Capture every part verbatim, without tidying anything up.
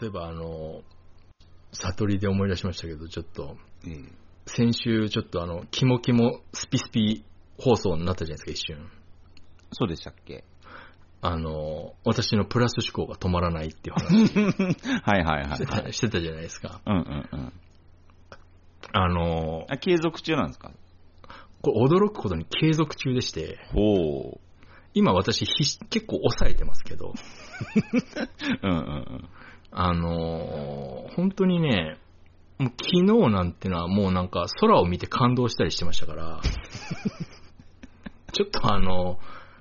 そういえばあの悟りで思い出しましたけど、ちょっと、 うん、 先週ちょっとあのキモキモスピスピ放送になったじゃないですか、一瞬。 そうでしたっけ。 あの私のプラス思考が止まらないっていう話はいはいはい、はい、 してた、してたじゃないですか。 うんうんうん。 あのあ、継続中なんですか。 これ驚くことに継続中でして、 ほう。 今私結構抑えてますけどうんうんうん。 あの本当にね、もう昨日なんてのはもうなんか空を見て感動したりしてましたからちょっとあの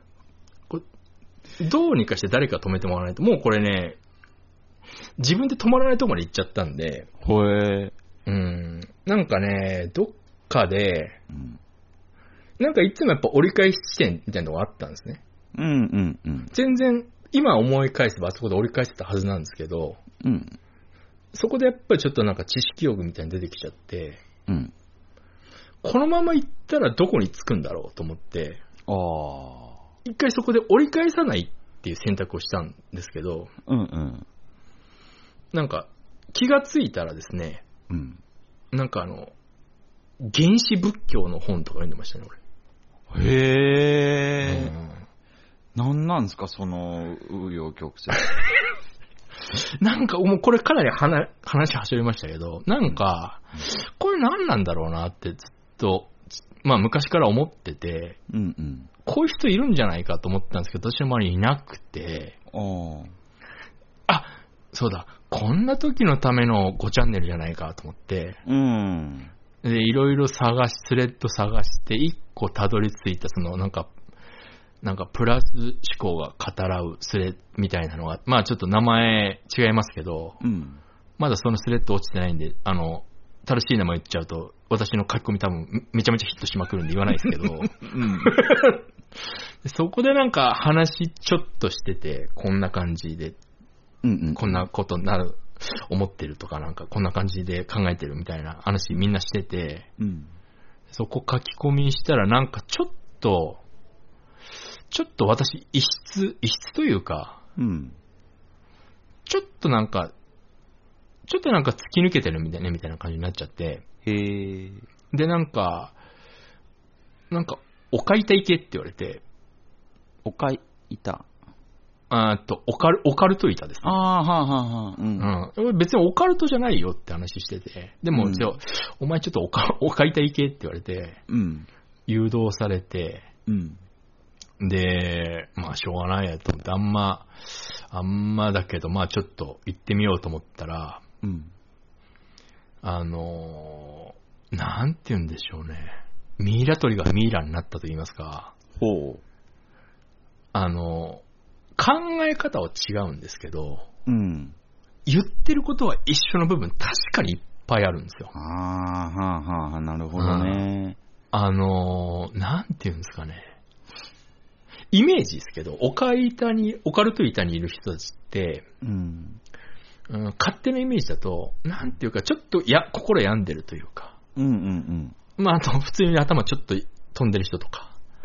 どうにかして誰か止めてもらわないと、もうこれね、自分で止まらないとこまで行っちゃったんで、 ほえー。うん。なんかね、どっかで、 うん、 なんかいつもやっぱ折り返し地点みたいなのがあったんですね。 うんうんうん。 全然、今思い返せばあそこで折り返せたはずなんですけど、 うん。そこでやっぱりちょっとなんか知識欲みたいに出てきちゃって、 うん。 このまま行ったらどこに着くんだろうと思って、 ああ。 一回そこで折り返さないっていう選択をしたんですけど、 うんうん。 なんか気がついたらですね、 うん。 なんかあの、原始仏教の本とか読んでましたね、 俺。へえ、 うん。 なんなんですか、その、紆余曲折。 なんかもうこれかなり話、話走りましたけど、なんか、これ何なんだろうなってずっと、まあ昔から思ってて、 うんうん。 こういう人いるんじゃないかと思ってたんですけど、私の周りにいなくて、 ああ、そうだ、こんな時のためのごチャンネルじゃないかと思って、 うん。 で、いろいろ探し、スレッド探して、一個たどり着いた、その、なんか、なんか、プラス思考が語らうスレッドみたいなのが、まあちょっと名前違いますけど、 うん、まだそのスレッド落ちてないんで、あの、正しい名前言っちゃうと、私の書き込み多分めちゃめちゃヒットしまくるんで言わないですけど、うん、そこでなんか話ちょっとしてて、こんな感じで、 うんうん、 こんなことになる、思ってるとか、なんかこんな感じで考えてるみたいな話みんなしてて、うん、そこ書き込みしたらなんかちょっと、ちょっと私異質、異質というか、うん、ちょっとなんか、ちょっとなんか突き抜けてるみたいな、みたいな感じになっちゃって、 へー。 で、なんか、なんか、オカイタ行けって言われて、 オカイタあーと、オカル、オカルト板ですね。 ああ、はあはあはあ。うん。 うん。別にオカルトじゃないよって話してて、でも、うん、お前ちょっとオカ、オカイタ行けって言われて、うん。誘導されて、うん。で、まあ、しょうがないやと思って、あんま、あんまだけど、まあ、ちょっと行ってみようと思ったら、うん。あのー、なんて言うんでしょうね。ミイラ取りがミイラになったと言いますか。 ほう。 あの、考え方は違うんですけど、 うん。 言ってることは一緒の部分確かにいっぱいあるんですよ。 ああ、はあはあ、なるほどね。 あのー、なんて言うんですかね。イメージですけど、オカイタに、オカルト板にいる人たちって、うんうん、勝手なイメージだと、なんていうか、ちょっとや心病んでるというか、 うんうんうん。 まあ、あと普通に頭ちょっと飛んでる人とか、うん、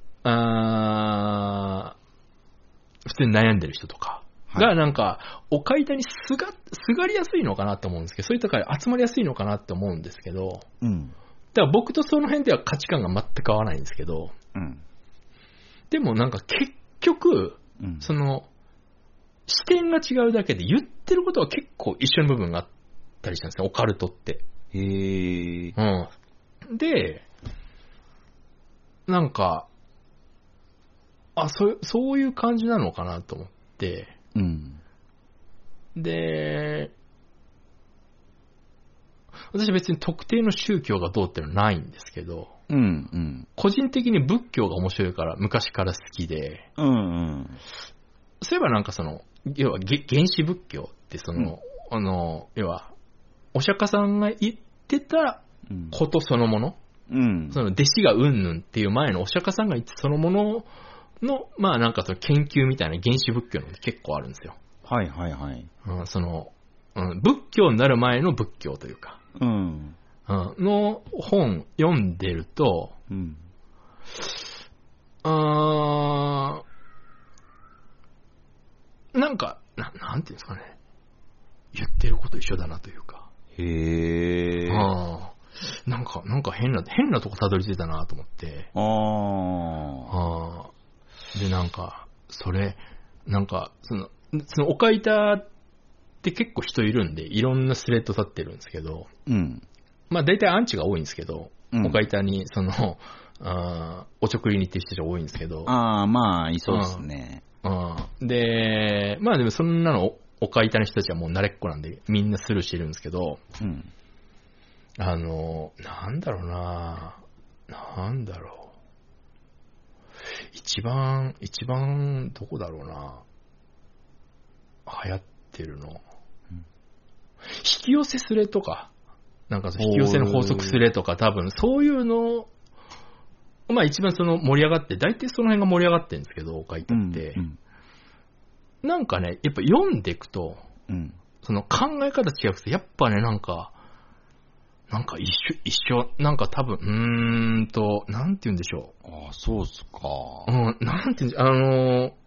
あ普通に悩んでる人とかが、なんか、オカイタにすが、すがりやすいのかなと思うんですけど、そういったから集まりやすいのかなと思うんですけど、うん、だから僕とその辺では価値観が全く合わないんですけど、うん、でもなんか結局、うん、その、視点が違うだけで言ってることは結構一緒の部分があったりしたんですね、オカルトって。 へー。 うん。で、なんか、あ、そ、そういう感じなのかなと思って、うん。で、私は別に特定の宗教がどうっていうのはないんですけど、うんうん、個人的に仏教が面白いから昔から好きで、うんうん、そういえばなんかその、要は原始仏教ってその、うん、あの、要は、お釈迦さんが言ってたことそのもの、うん、その弟子がうんぬんっていう前のお釈迦さんが言ってそのものの、まあなんかその研究みたいな原始仏教の結構あるんですよ。 はいはいはい。 うん、その、うん、仏教になる前の仏教というか、うんうん、の本読んでると、うん、あなんかな、なんていうんですかね。 言ってること一緒だなというか。 へー。 あなんか、なんか変な、変なとこたどり着いたなと思って。 ああで、なんか、それ、なんか、その、その、おかいたって結構人いるんで、いろんなスレッド立ってるんですけど、 うん。 まあ大体アンチが多いんですけど、 うん、 おかいたに、その、あおちょくりに行ってる人が多いんですけど。 ああ、まあ、いそうですね。 うん。で、まあでもそんなのお、おかいたの人たちはもう慣れっこなんで、みんなスルーしてるんですけど、 うん。 あの、なんだろうななんだろう。一番、一番、どこだろうな流行ってるの。うん、引き寄せスレとか、なんか引き寄せの法則スレとか多分そういうの、まあ一番その盛り上がって、大体その辺が盛り上がってるんですけど、書いてあって、うんうん。なんかね、やっぱ読んでいくと、うん、その考え方違くて、やっぱね、なんか、なんか一緒、一緒、なんか多分、うーんと、なんて言うんでしょう。ああ、そうっすか。 うん、なんて言うんでしょう、あのー、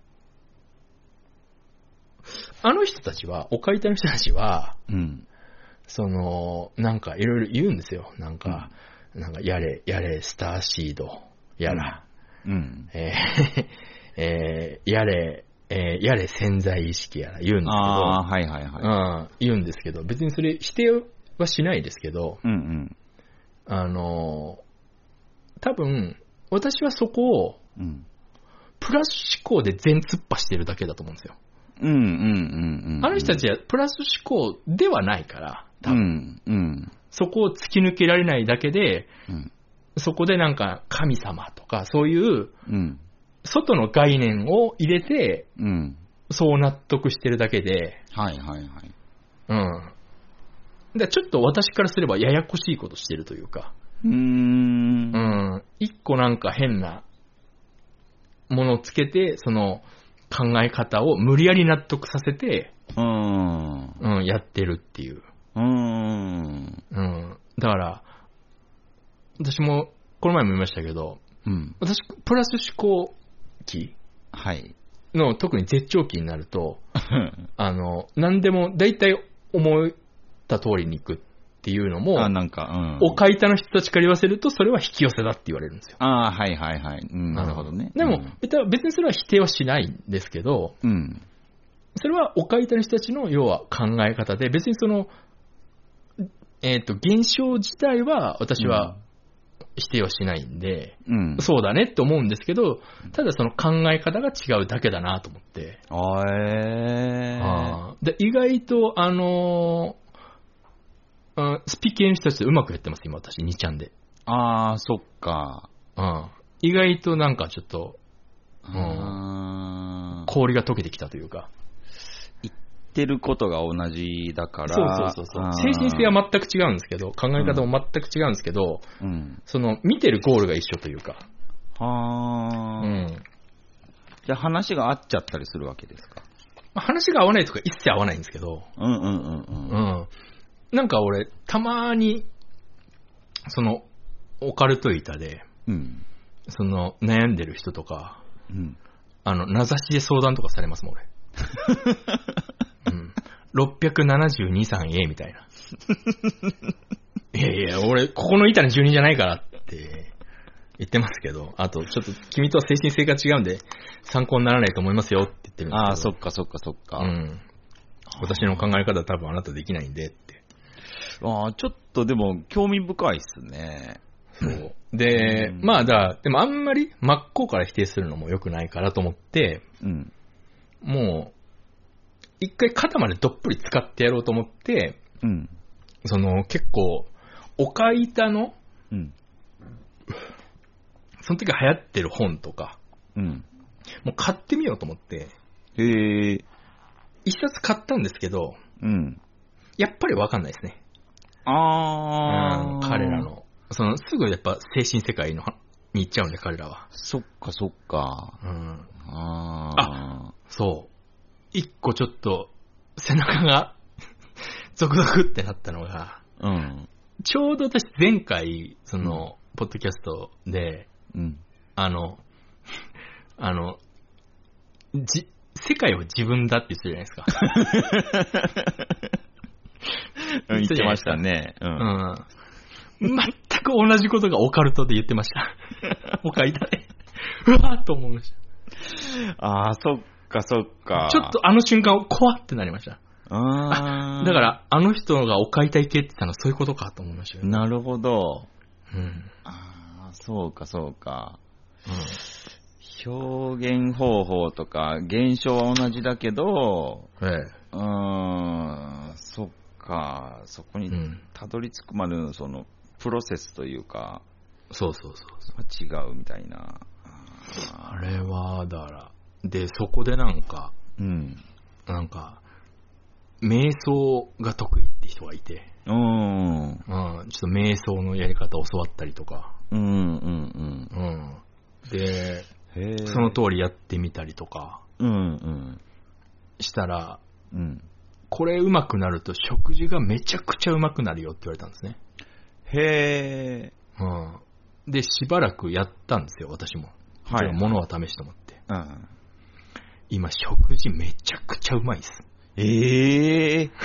あの人たちは、お書いてある人たちは、うん、その、なんかいろいろ言うんですよ。なんか、うん、なんかやれ、やれ、スターシード、やら、うん、えーえー、やれ、えー、やれ潜在意識やら言うんですけど、 ああ、はいはいはい。 うん、言うんですけど、別にそれ否定はしないですけど、 うんうん、 あの、多分、私はそこを、うん、プラス思考で全突破してるだけだと思うんですよ。 うんうんうんうん、うん。 あの人たちはプラス思考ではないから、多分、 うんうん、 そこを突き抜けられないだけで、うん、そこでなんか神様とかそういう、うん、外の概念を入れて、うん、そう納得してるだけで、 はいはいはい。 うん。だちょっと私からすればややこしいことしてるというか、 うーん。 うん。一個なんか変なものをつけて、その考え方を無理やり納得させて、 うん。 うん、やってるっていう。 うーん。 うん。だから、私も、この前も言いましたけど、うん、私、プラス思考期はいの、特に絶頂期になると、あの、何でも大体思った通りに行くっていうのも、 あ、なんか、うん。 お書いたの人たちから言わせると、それは引き寄せだって言われるんですよ。 ああ、はいはいはい。うん、なるほどね。 でも、 うん、 別にそれは否定はしないんですけど、うん、それはお書いたの人たちの要は考え方で、別にその、えっと、現象自体は私は否定はしないんで、うん、そうだねって思うんですけど、ただその考え方が違うだけだなと思って。 あえー、 あで意外と、あのー、スピ系の人たちとうまくやってます、今私、にちゃんで。 ああ、そっか。 うん。意外となんかちょっと、うん、氷が溶けてきたというか。 言ってることが同じだから。 そうそうそうそう。精神性は全く違うんですけど、考え方も全く違うんですけど、うん、その見てるゴールが一緒というか。 はあ。うん。じゃあ話が合っちゃったりするわけですか？ まあ、話が合わないとか一切合わないんですけど。 うんうんうんうん。 うん。なんか俺、たまに、その、オカルト板で、うん、その、悩んでる人とか、うん、あの、名指しで相談とかされますもん、俺。うん、ろっぴゃくななじゅうにさんえみたいな。いやいや、俺、ここの板の住人じゃないからって言ってますけど、あと、ちょっと、君とは精神性が違うんで、参考にならないと思いますよって言ってるんですけど。 ああ、そっかそっかそっか。 うん。私の考え方は多分あなたできないんでって。 ああ、ちょっとでも興味深いっすね。 そう。で、うん、まあだ、でもあんまり真っ向から否定するのも良くないからと思って、うん、もう、一回肩までどっぷり使ってやろうと思って、うん、その結構、おかいたの、うん、その時流行ってる本とか、うん、もう買ってみようと思って、 へー。 一冊買ったんですけど、うん、やっぱりわかんないですね。 あー、 うん、彼らの。その、すぐやっぱ精神世界のに行っちゃうんで、彼らは。 そっかそっか。 うん。 ああ、そう。一個ちょっと、背中が、ゾクゾクってなったのが、うん。ちょうど私前回、その、うん、ポッドキャストで、うん。あの、あの、じ、世界は自分だって言ってるじゃないですか。 言ってましたね。 うん。うん、全く同じことがオカルトで言ってました。おかいたで。うわーっと思いました。 ああ、そっかそっか。 ちょっとあの瞬間、怖ってなりました。 ああ。 だから、あの人がお買いたい系って言ったのはそういうことかと思いましたよ、ね。 なるほど。 うん。 ああ、そうかそうか。うん、表現方法とか現象は同じだけど、 ええ、 うーん、そっか、そこにたどり着くまでのそのプロセスというか、 そうそうそうそう違うみたいな。 あれは、だから、で、そこでなんか、 うん、 なんか、瞑想が得意って人がいて、 うん、うん、 ちょっと瞑想のやり方を教わったりとか、 うん、うん、うん。 うんで、その通りやってみたりとか、 うんうん、 したら、 うん、 これ上手くなると食事がめちゃくちゃ上手くなるよって言われたんですね。 へー。うん。で、しばらくやったんですよ、私も。はい。物は試して思って。 うん。 今、食事めちゃくちゃうまいです。 ええー。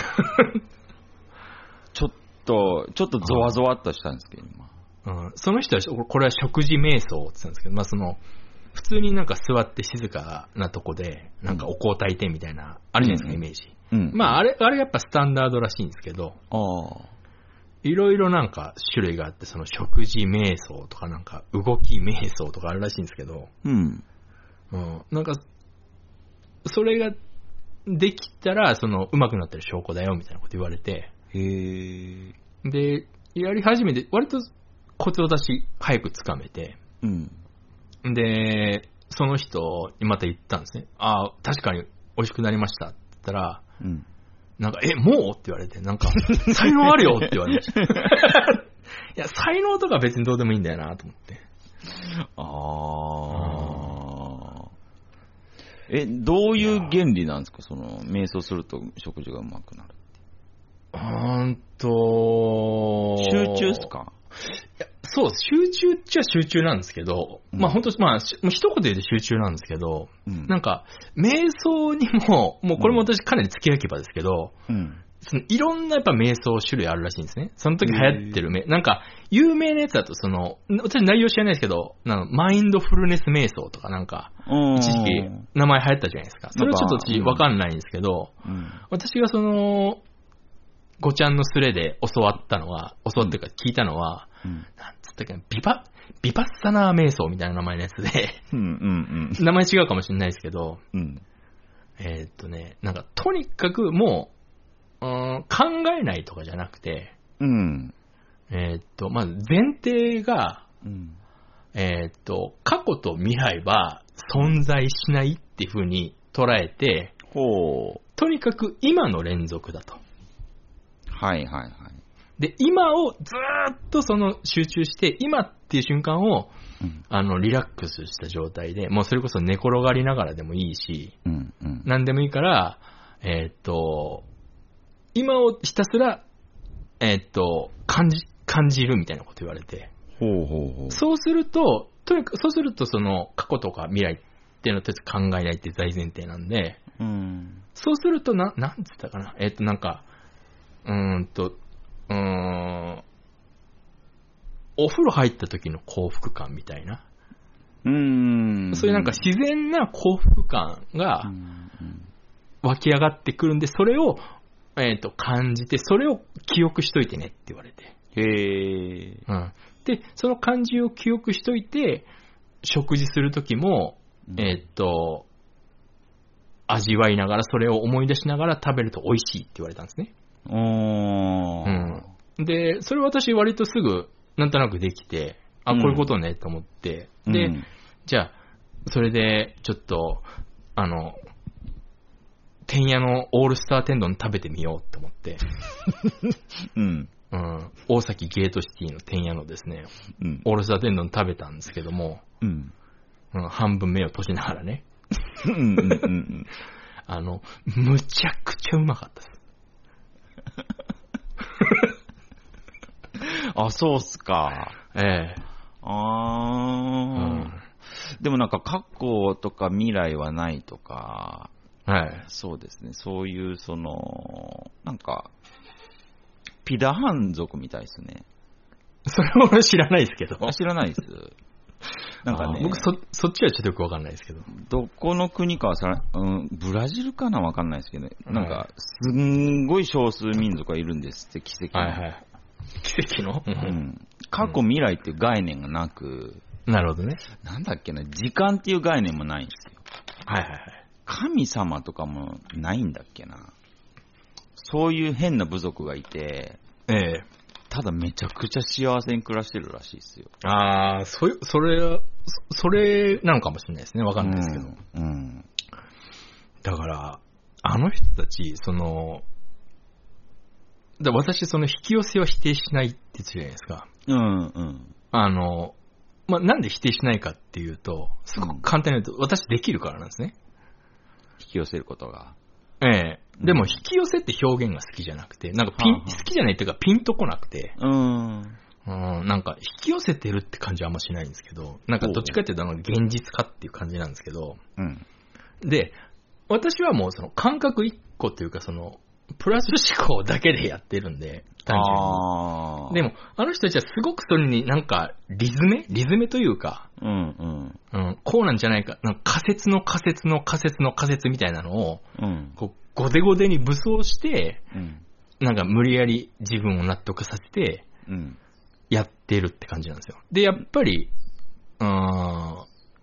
ちょっと、ちょっとゾワゾワっとしたんですけど、今。 うん。その人は、これは食事瞑想って言ったんですけど、まあその、普通になんか座って静かなとこで、なんかお香炊いてみたいな、あるじゃないですか、イメージ。うん。まああれ、あれやっぱスタンダードらしいんですけど、 ああ。 いろいろなんか種類があって、その食事瞑想とかなんか動き瞑想とかあるらしいんですけど、 うん。 うん。なんか、それができたら、その上手くなってる証拠だよみたいなこと言われて、 へー。 で、やり始めて、割とコツを出し早くつかめて、 うん。 で、その人にまた言ったんですね。ああ、確かに美味しくなりましたって言ったら、 うん、 なんか、え、もうって言われて、なんか、才能あるよって言われました。いや、才能とか別にどうでもいいんだよなと思って。 ああ。え、どういう原理なんですか、その、瞑想すると食事がうまくなる。 うーんと、 集中っすか？ いや、そう、集中っちゃ集中なんですけど、うん、まあ本当、まあ、一言で言うと集中なんですけど、うん、なんか、瞑想にも、もうこれも私かなり付け焼き場ですけど、うん、そのいろんなやっぱ瞑想種類あるらしいんですね。その時流行ってるめ、なんか、有名なやつだと、その、私内容知らないですけど、なんマインドフルネス瞑想とかなんか、一時期名前流行ったじゃないですか。それはちょっと私わかんないんですけど、うん、私がその、ごちゃんのスレで教わったのは、教わっていうか聞いたのは、うん、なんつったっけな、ビバ、ビパッサナー瞑想みたいな名前のやつで、 うんうんうん、 名前違うかもしれないですけど、 うん、 えー、っとね、なんかとにかくもう、うーん、考えないとかじゃなくて、 うん、 えー、っと、まず前提が、うん、えー、っと、過去と未来は存在しないっていう風に捉えて、 ほう、 とにかく今の連続だと。 はいはいはい。 で、今をずーっとその集中して、今っていう瞬間を、うん、あの、リラックスした状態で、もうそれこそ寝転がりながらでもいいし、 うんうん、 何でもいいから、えー、っと、今をひたすら、えー、っと、感じ、感じるみたいなこと言われて。 ほうほうほう。 そうすると、とにかく、そうするとその過去とか未来っていうのをとりあえず考えないって大前提なんで、 うん、 そうするとな、なんつったかな、えー、っとなんか、うーんと、うーん、お風呂入った時の幸福感みたいな。 うーん。 そういうなんか自然な幸福感が湧き上がってくるんで、それを、えっと、感じて、それを記憶しといてねって言われて。 へー。 うん。で、その感じを記憶しといて、食事する時も、えっと、味わいながら、それを思い出しながら食べると美味しいって言われたんですね。 うーん。で、それ私割とすぐなんとなくできて、あ、こういうことねと思って、うん、で、じゃあ、それでちょっと、あの、天屋のオールスター天丼食べてみようと思って、 うん、 うん、大崎ゲートシティの天屋のですね、 うん、 オールスター天丼食べたんですけども、 うんうん、半分目を閉じながらね、 うんうんうん、 あの、むちゃくちゃうまかったです。 あ、そうっすか。 ええ。 あー、うん。でもなんか過去とか未来はないとか、 はい。 そうですね。そういうその、なんか、 ピダハン族みたいですね。 それも知らないですけど。 知らないです。 なんかね、僕そ、そっちはちょっとよくわかんないですけど。 どこの国かはさ、うん、ブラジルかなわかんないですけど、ね、なんか、すんごい少数民族がいるんですって、奇跡の。はいはい。 奇跡の、 うん、過去未来っていう概念がなく、 うん、なるほどね。 なんだっけな、時間っていう概念もないんですよ。 はいはいはい。 神様とかもないんだっけな。そういう変な部族がいて、 ええ。 ただめちゃくちゃ幸せに暮らしてるらしいですよ。 ああ、そ、それ、それなのかもしれないですね。わかんないですけど。 うん。うん、 だから、あの人たち、その、だ私、その引き寄せは否定しないって言ってるじゃないですか。 うんうん。 あの、まあ、なんで否定しないかっていうと、すごく簡単に言うと、私できるからなんですね。 引き寄せることが。 ええ。でも、引き寄せって表現が好きじゃなくて、なんかピン、はあはあ、好きじゃないっていうか、ピンとこなくて、 うん。 うん、なんか、引き寄せてるって感じはあんましないんですけど、なんかどっちかっていうと、現実化っていう感じなんですけど、 うん。 で、私はもうその感覚一個というか、その、プラス思考だけでやってるんで、単純に。でも、あの人たちはすごくそれになんか、リズメリズメというか、 うんうんうん、こうなんじゃないか、なんか仮説の仮説の仮説の仮説みたいなのを、 うん、 こうゴデゴデに武装して、 うん、 なんか無理やり自分を納得させて、やってるって感じなんですよ。で、やっぱり、うー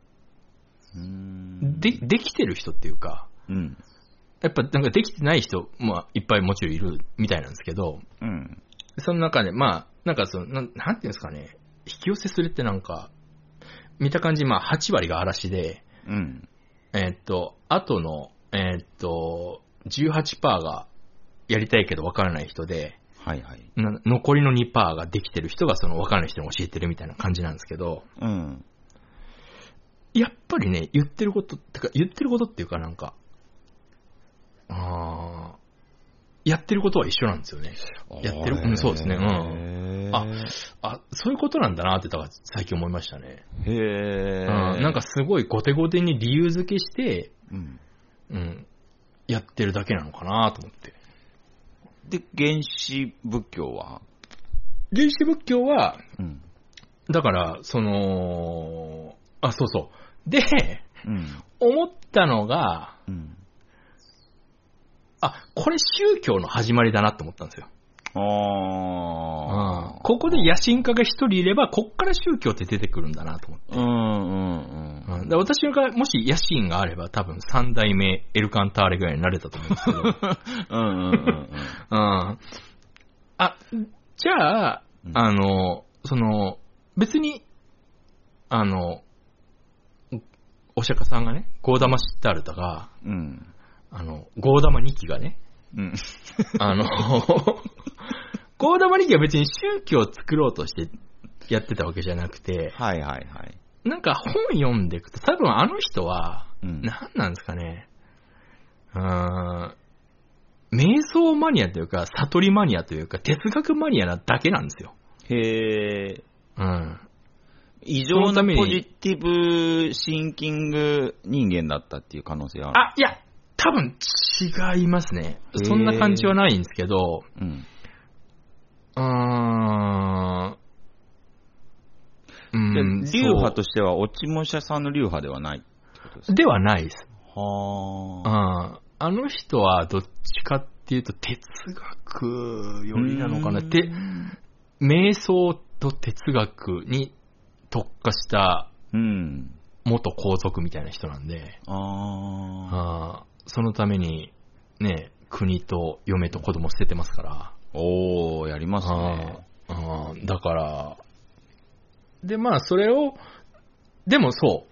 ん、で、できてる人っていうか、 うん、 やっぱなんかできてない人、まあいっぱいもちろんいるみたいなんですけど、 うん、 その中で、まあ、なんかその、なん、なんていうんですかね、引き寄せするってなんか、見た感じ、まあはち割が嵐で、 うん、 えー、っと、あとの、えー、っと、じゅうはちパーセントがやりたいけど分からない人で、 はいはい、 な残りの にパーセントができてる人がその分からない人に教えてるみたいな感じなんですけど、 うん、 やっぱりね、言ってることってか、言ってることっていうかなんか、あやってることは一緒なんですよね。やってる、うん、そうですね。うん。あ、あ、そういうことなんだなってだから最近思いましたね。 へー。 うん、なんかすごいゴテゴテに理由付けして、 うん、 うん、やってるだけなのかなと思って。 で、原始仏教は原始仏教は、 うん、 だから、その、あ、そうそう。で、 うん、 思ったのが、 うん、 あ、これ宗教の始まりだなと思ったんですよ。 ああ、うん、ここで野心家が一人いれば、こっから宗教って出てくるんだなと思って。 うんうんうん。 うん、で私がもし野心があれば、多分三代目エルカンターレぐらいになれたと思うんですけど。 うんうんうんうん。うん。 あ、じゃあ、あの、その、別に、あの、お釈迦さんがね、ゴーダマシッタールタが、 うん、 あの、ゴーダマにきがね、 うん、 あの、ゴーダマにきは別に宗教を作ろうとしてやってたわけじゃなくて、 はいはいはい。 なんか本読んでいくと、多分あの人は、 うん、 何なんですかね、うーん、瞑想マニアというか、悟りマニアというか、哲学マニアなだけなんですよ。 へー。 うん。 異常なポジティブシンキング人間だったっていう可能性はある？ あ、いや、多分違いますね。そんな感じはないんですけど、 うん。 うーん。 うん、流派としては、落ち武者さんの流派ではないってことですか？ ではないです。 はあ。あの人はどっちかっていうと哲学よりなのかなって、瞑想と哲学に特化した元皇族みたいな人なんで、 うん、 ああ、そのためにね、国と嫁と子供捨ててますから。 おー、やりますね。 ああ、だから、で、まあそれを、でもそう、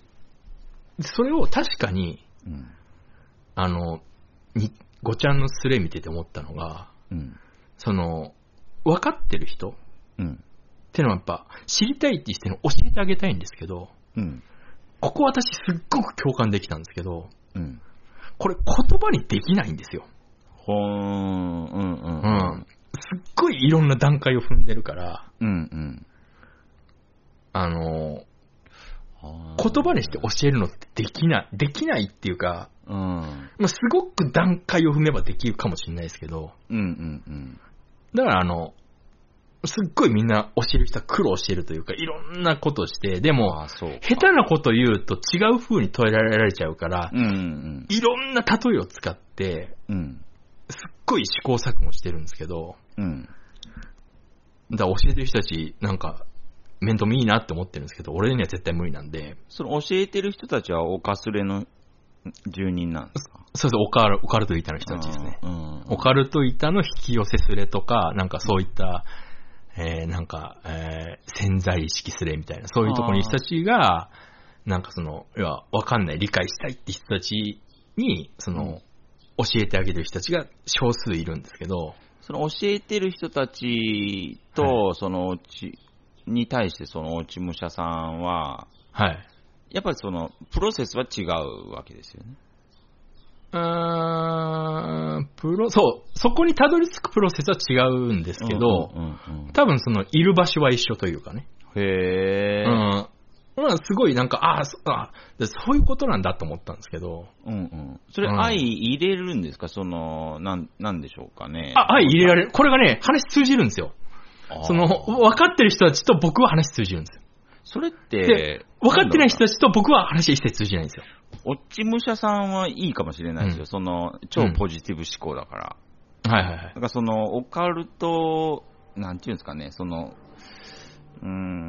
それを確かに、 うん、あの、にごちゃんのスレ見てて思ったのが、 うん、 その、分かってる人、 うん、 ってのはやっぱ、知りたいっていう人に教えてあげたいんですけど、 うん、 ここ私すっごく共感できたんですけど、 うん、 これ言葉にできないんですよ。 ほーん、うん、うん、 うん。すっごいいろんな段階を踏んでるから、 うん、うん。 あの、言葉にして教えるのってできない、できないっていうか、 うん、まあ、すごく段階を踏めばできるかもしれないですけど、 うんうんうん、 だからあの、 すっごいみんな教える人は苦労してるというか、いろんなことをして、でも、下手なこと言うと違う風に捉えられちゃうから、うんうん、いろんな例えを使って、うん、すっごい試行錯誤してるんですけど、うん、だから教えてる人たち、なんか、面倒見いいなって思ってるんですけど、俺には絶対無理なんで。 その教えてる人たちはオカスレの住人なんですか？ そうです、オカル、オカルト板の人たちですね。うん、オカルト板の引き寄せスレとか、なんかそういった、えー、なんか、えー、潜在意識スレみたいな、そういうところに人たちが、なんかその、要はわかんない、理解したいって人たちに、その、うん、教えてあげる人たちが少数いるんですけど、 その教えてる人たちと、はい、その、ち、に対してその落ち武者さんは、はい。やっぱりその、プロセスは違うわけですよね。 うーん、プロ、そう、そこにたどり着くプロセスは違うんですけど、うんうんうん、多分その、いる場所は一緒というかね。へー。うん。まあ、すごいなんか、ああ、そういうことなんだと思ったんですけど。 うんうん。それ、愛入れるんですか？その、なん、なんでしょうかね。 あ、愛入れられる。これがね、話通じるんですよ。その、分かってる人たちと僕は話通じるんですよ。 それって、 分かってない人たちと僕は話一切通じないんですよ。 落ち武者さんはいいかもしれないですよ。うん、その、超ポジティブ思考だから。うん、はいはいはい。だからその、オカルト、なんていうんですかね、その、 うん。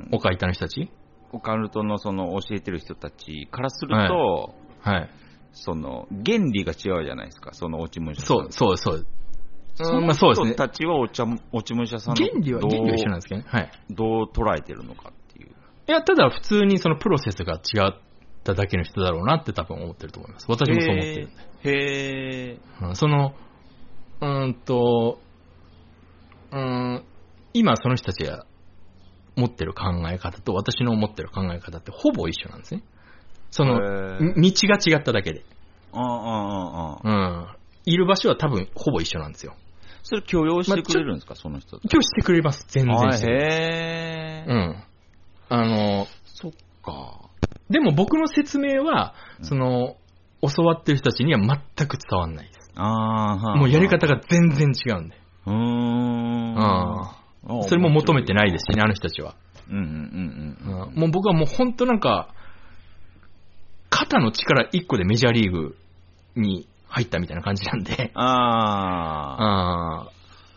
オカイタの人たち？ オカルトのその教えてる人たちからすると、はい。はい、その、原理が違うじゃないですか、その落ち武者さん。 そう、そう、そう。 その人たちはお茶、落ち武者さんの原理は、原理は一緒なんですけどね。はい。 どう捉えてるのかっていう。 いや、ただ普通にそのプロセスが違っただけの人だろうなって多分思ってると思います。私もそう思ってるんで。へー。うん、その、うーんと、うーん、今その人たちが持ってる考え方と私の思ってる考え方ってほぼ一緒なんですね。その、道が違っただけで。ああ、ああ、ああ。うん。いる場所は多分ほぼ一緒なんですよ。 それ許容してくれるんですか、まあ、その人。 許容してくれます、全然してくれます。 へー。 うん。あの、 そっか。 でも僕の説明は、うん、その、教わってる人たちには全く伝わんないです。ああ、もうやり方が全然違うんで。うーん。ああ。それも求めてないですしね、あの人たちは。うんうんうんうん。うん、もう僕はもう本当なんか、肩の力一個でメジャーリーグに入ったみたいな感じなんで。ああ。あ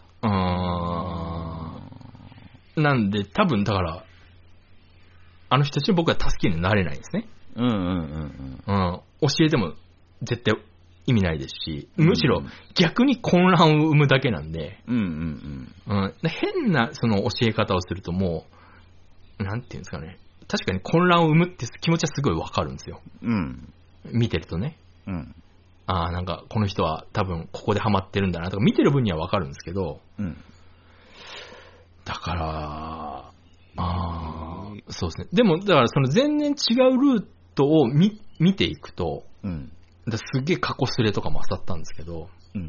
あ。なんで、多分だから、あの人たちに僕は助けになれないんですね。うんうんうんうん。うん。教えても絶対意味ないですし、むしろ逆に混乱を生むだけなんで、うんうんうん。うん、変なその教え方をするともう、なんていうんですかね。確かに混乱を生むって気持ちはすごいわかるんですよ。うん。見てるとね。うん。ああ、なんかこの人は多分ここでハマってるんだなとか見てる分にはわかるんですけど、うん。だから、ああ、そうですね。でも、だからその全然違うルートを 見, 見ていくと、うん。だすげえ過去スレとかも漁ったんですけど、うん。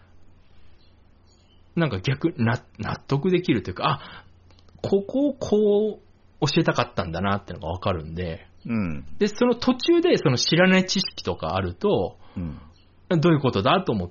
なんか逆な、納得できるというか、あ、ここをこう教えたかったんだなってのがわかるんで、うん。で、その途中でその知らない知識とかあると、うん。どういうことだと思って、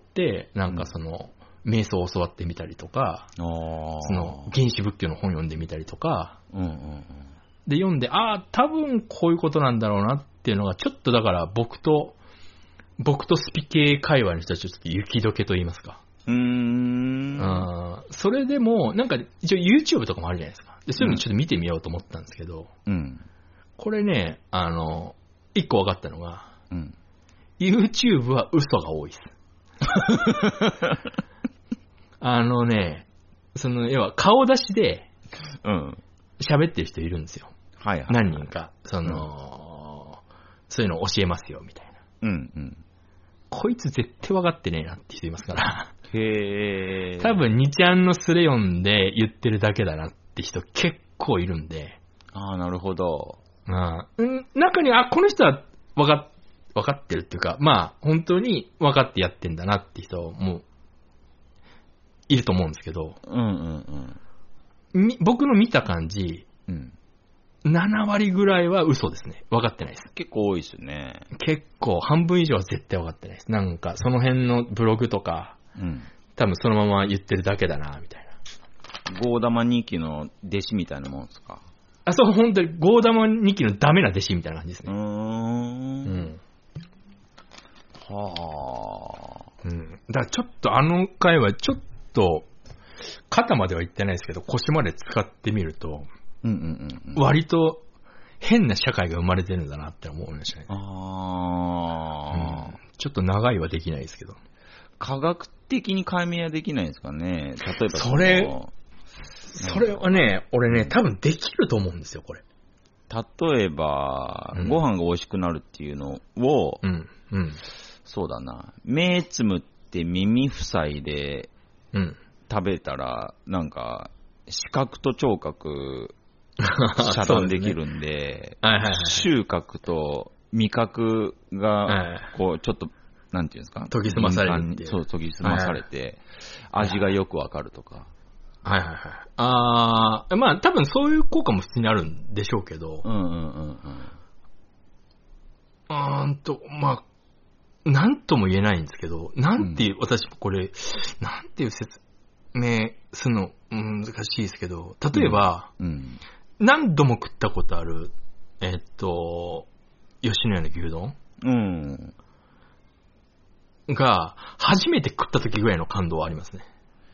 なんかその、うん、瞑想を教わってみたりとか、その原始仏教の本読んでみたりとか、うんうんうん、で読んで、ああ、多分こういうことなんだろうなっていうのが、ちょっとだから僕と、僕とスピ系界隈の人たちちょっと雪解けと言いますか。うーん。あそれでも、なんか一応 YouTube とかもあるじゃないですか。でそういうのちょっと見てみようと思ったんですけど、うん、これね、あの、一個分かったのが、うん、YouTube は嘘が多いです。あのね、その、要は顔出しで、喋ってる人いるんですよ。はいはいはい、何人か、その、うん、そういうの教えますよ、みたいな。うんうん、こいつ絶対分かってねえなって人いますから。へー。多分にちゃんのスレ読んで言ってるだけだなって人結構いるんで。 ああ、なるほど。 まあ、うん、中には、あ、この人は分かっ、分かってるっていうか、まあ、本当に分かってやってんだなって人もいると思うんですけど、うんうんうん、み僕の見た感じ、うん、ななわりぐらいは嘘ですね。分かってないです。 結構多いですよね。 結構、半分以上は絶対分かってないです。なんか、その辺のブログとか、うん、多分そのまま言ってるだけだな、みたいな。 ゴーダマ日記の弟子みたいなもんですか？ あ、そう、本当にゴーダマ日記のダメな弟子みたいな感じですね。 うーん。うん。 はあ。うん。だからちょっとあの回はちょっと、肩までは行ってないですけど、腰まで使ってみると、 うんうんうん、 割と変な社会が生まれてるんだなって思いましたね。 ああ、 うん。ちょっと長いはできないですけど。 科学的に解明はできないんですかね。例えばそれ、それはね、俺ね、多分できると思うんですよ、これ。 例えば、うん、ご飯が美味しくなるっていうのを、 うんうん、 そうだな、目つむって耳塞いで食べたら、なんか、視覚と聴覚遮断できるんで、収穫と味覚が、こう、ちょっと、なんていうんですか、 研ぎ澄まされるっていう。 そう、研ぎ澄まされて、はいはい、味がよくわかるとか。 はいはいはい。あー、まあ多分そういう効果も普通にあるんでしょうけど、 うんうんうんうん。 あーんと、まあ、なんとも言えないんですけど、なんていう、うん、私これ、なんていう説明するの難しいですけど、例えば、うんうん、何度も食ったことある、えー、っと、吉野家の牛丼、 うんが、初めて食った時ぐらいの感動はありますね。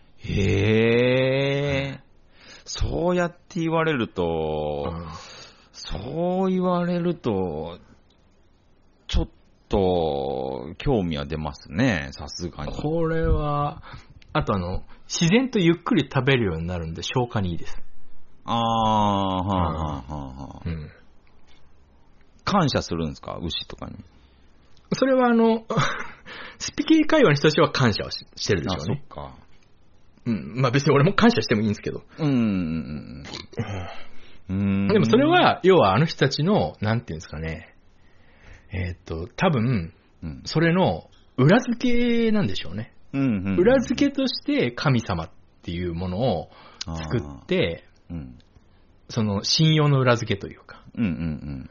へえ、そうやって言われると、うん、そう言われると、ちょっと、興味は出ますね、さすがに。 これは、あとあの、自然とゆっくり食べるようになるんで消化にいいです。 ああ、はあはあはあはあ。うん。感謝するんですか、牛とかに。 それはあの、スピキリ会話に人としては感謝は し, してるでしょうね。 あ、そっか。 うん。まあ別に俺も感謝してもいいんですけど。 うん。 うん。でもそれは、要はあの人たちの、なんていうんですかね。えー、っと、多分、それの裏付けなんでしょうね。 うんうんうん、 裏付けとして神様っていうものを作って、うん、その信用の裏付けというか。 うんうんうん、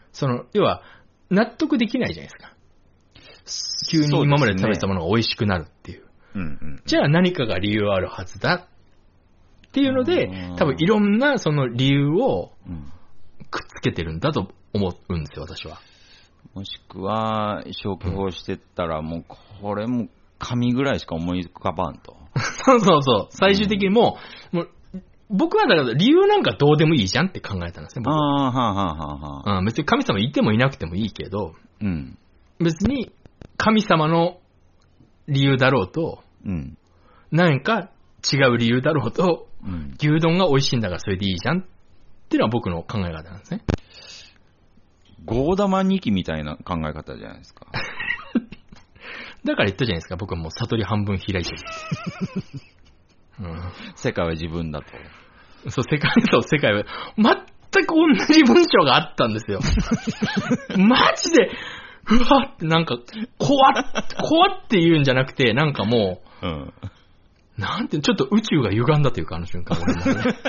その、要は、納得できないじゃないですか。急に今まで食べてたものが美味しくなるっていう。 うんうん、 じゃあ何かが理由あるはずだっていうので、多分いろんなその理由をくっつけてるんだと思うんですよ、私は。 もしくは、消去法してったら、もうこれも神ぐらいしか思い浮かばんと。 そうそうそう。最終的にもう、うん、もう僕はだから理由なんかどうでもいいじゃんって考えたんですね、僕は。 ああ、はあはあはあ。 うん、別に神様いてもいなくてもいいけど、 うん、 別に神様の理由だろうと、 うん、 何か違う理由だろうと、うん、牛丼が美味しいんだからそれでいいじゃんっていうのは僕の考え方なんですね。 ゴーダマニキみたいな考え方じゃないですか。 だから言ったじゃないですか、僕はもう悟り半分開いてる。うん、 世界は自分だと。 そう、世界と世界は全く同じ文章があったんですよ。マジで、うわってなんか、怖っ、怖って言うんじゃなくて、なんかもう、うん、なんて、ちょっと宇宙が歪んだというか、あの瞬間、俺の中で。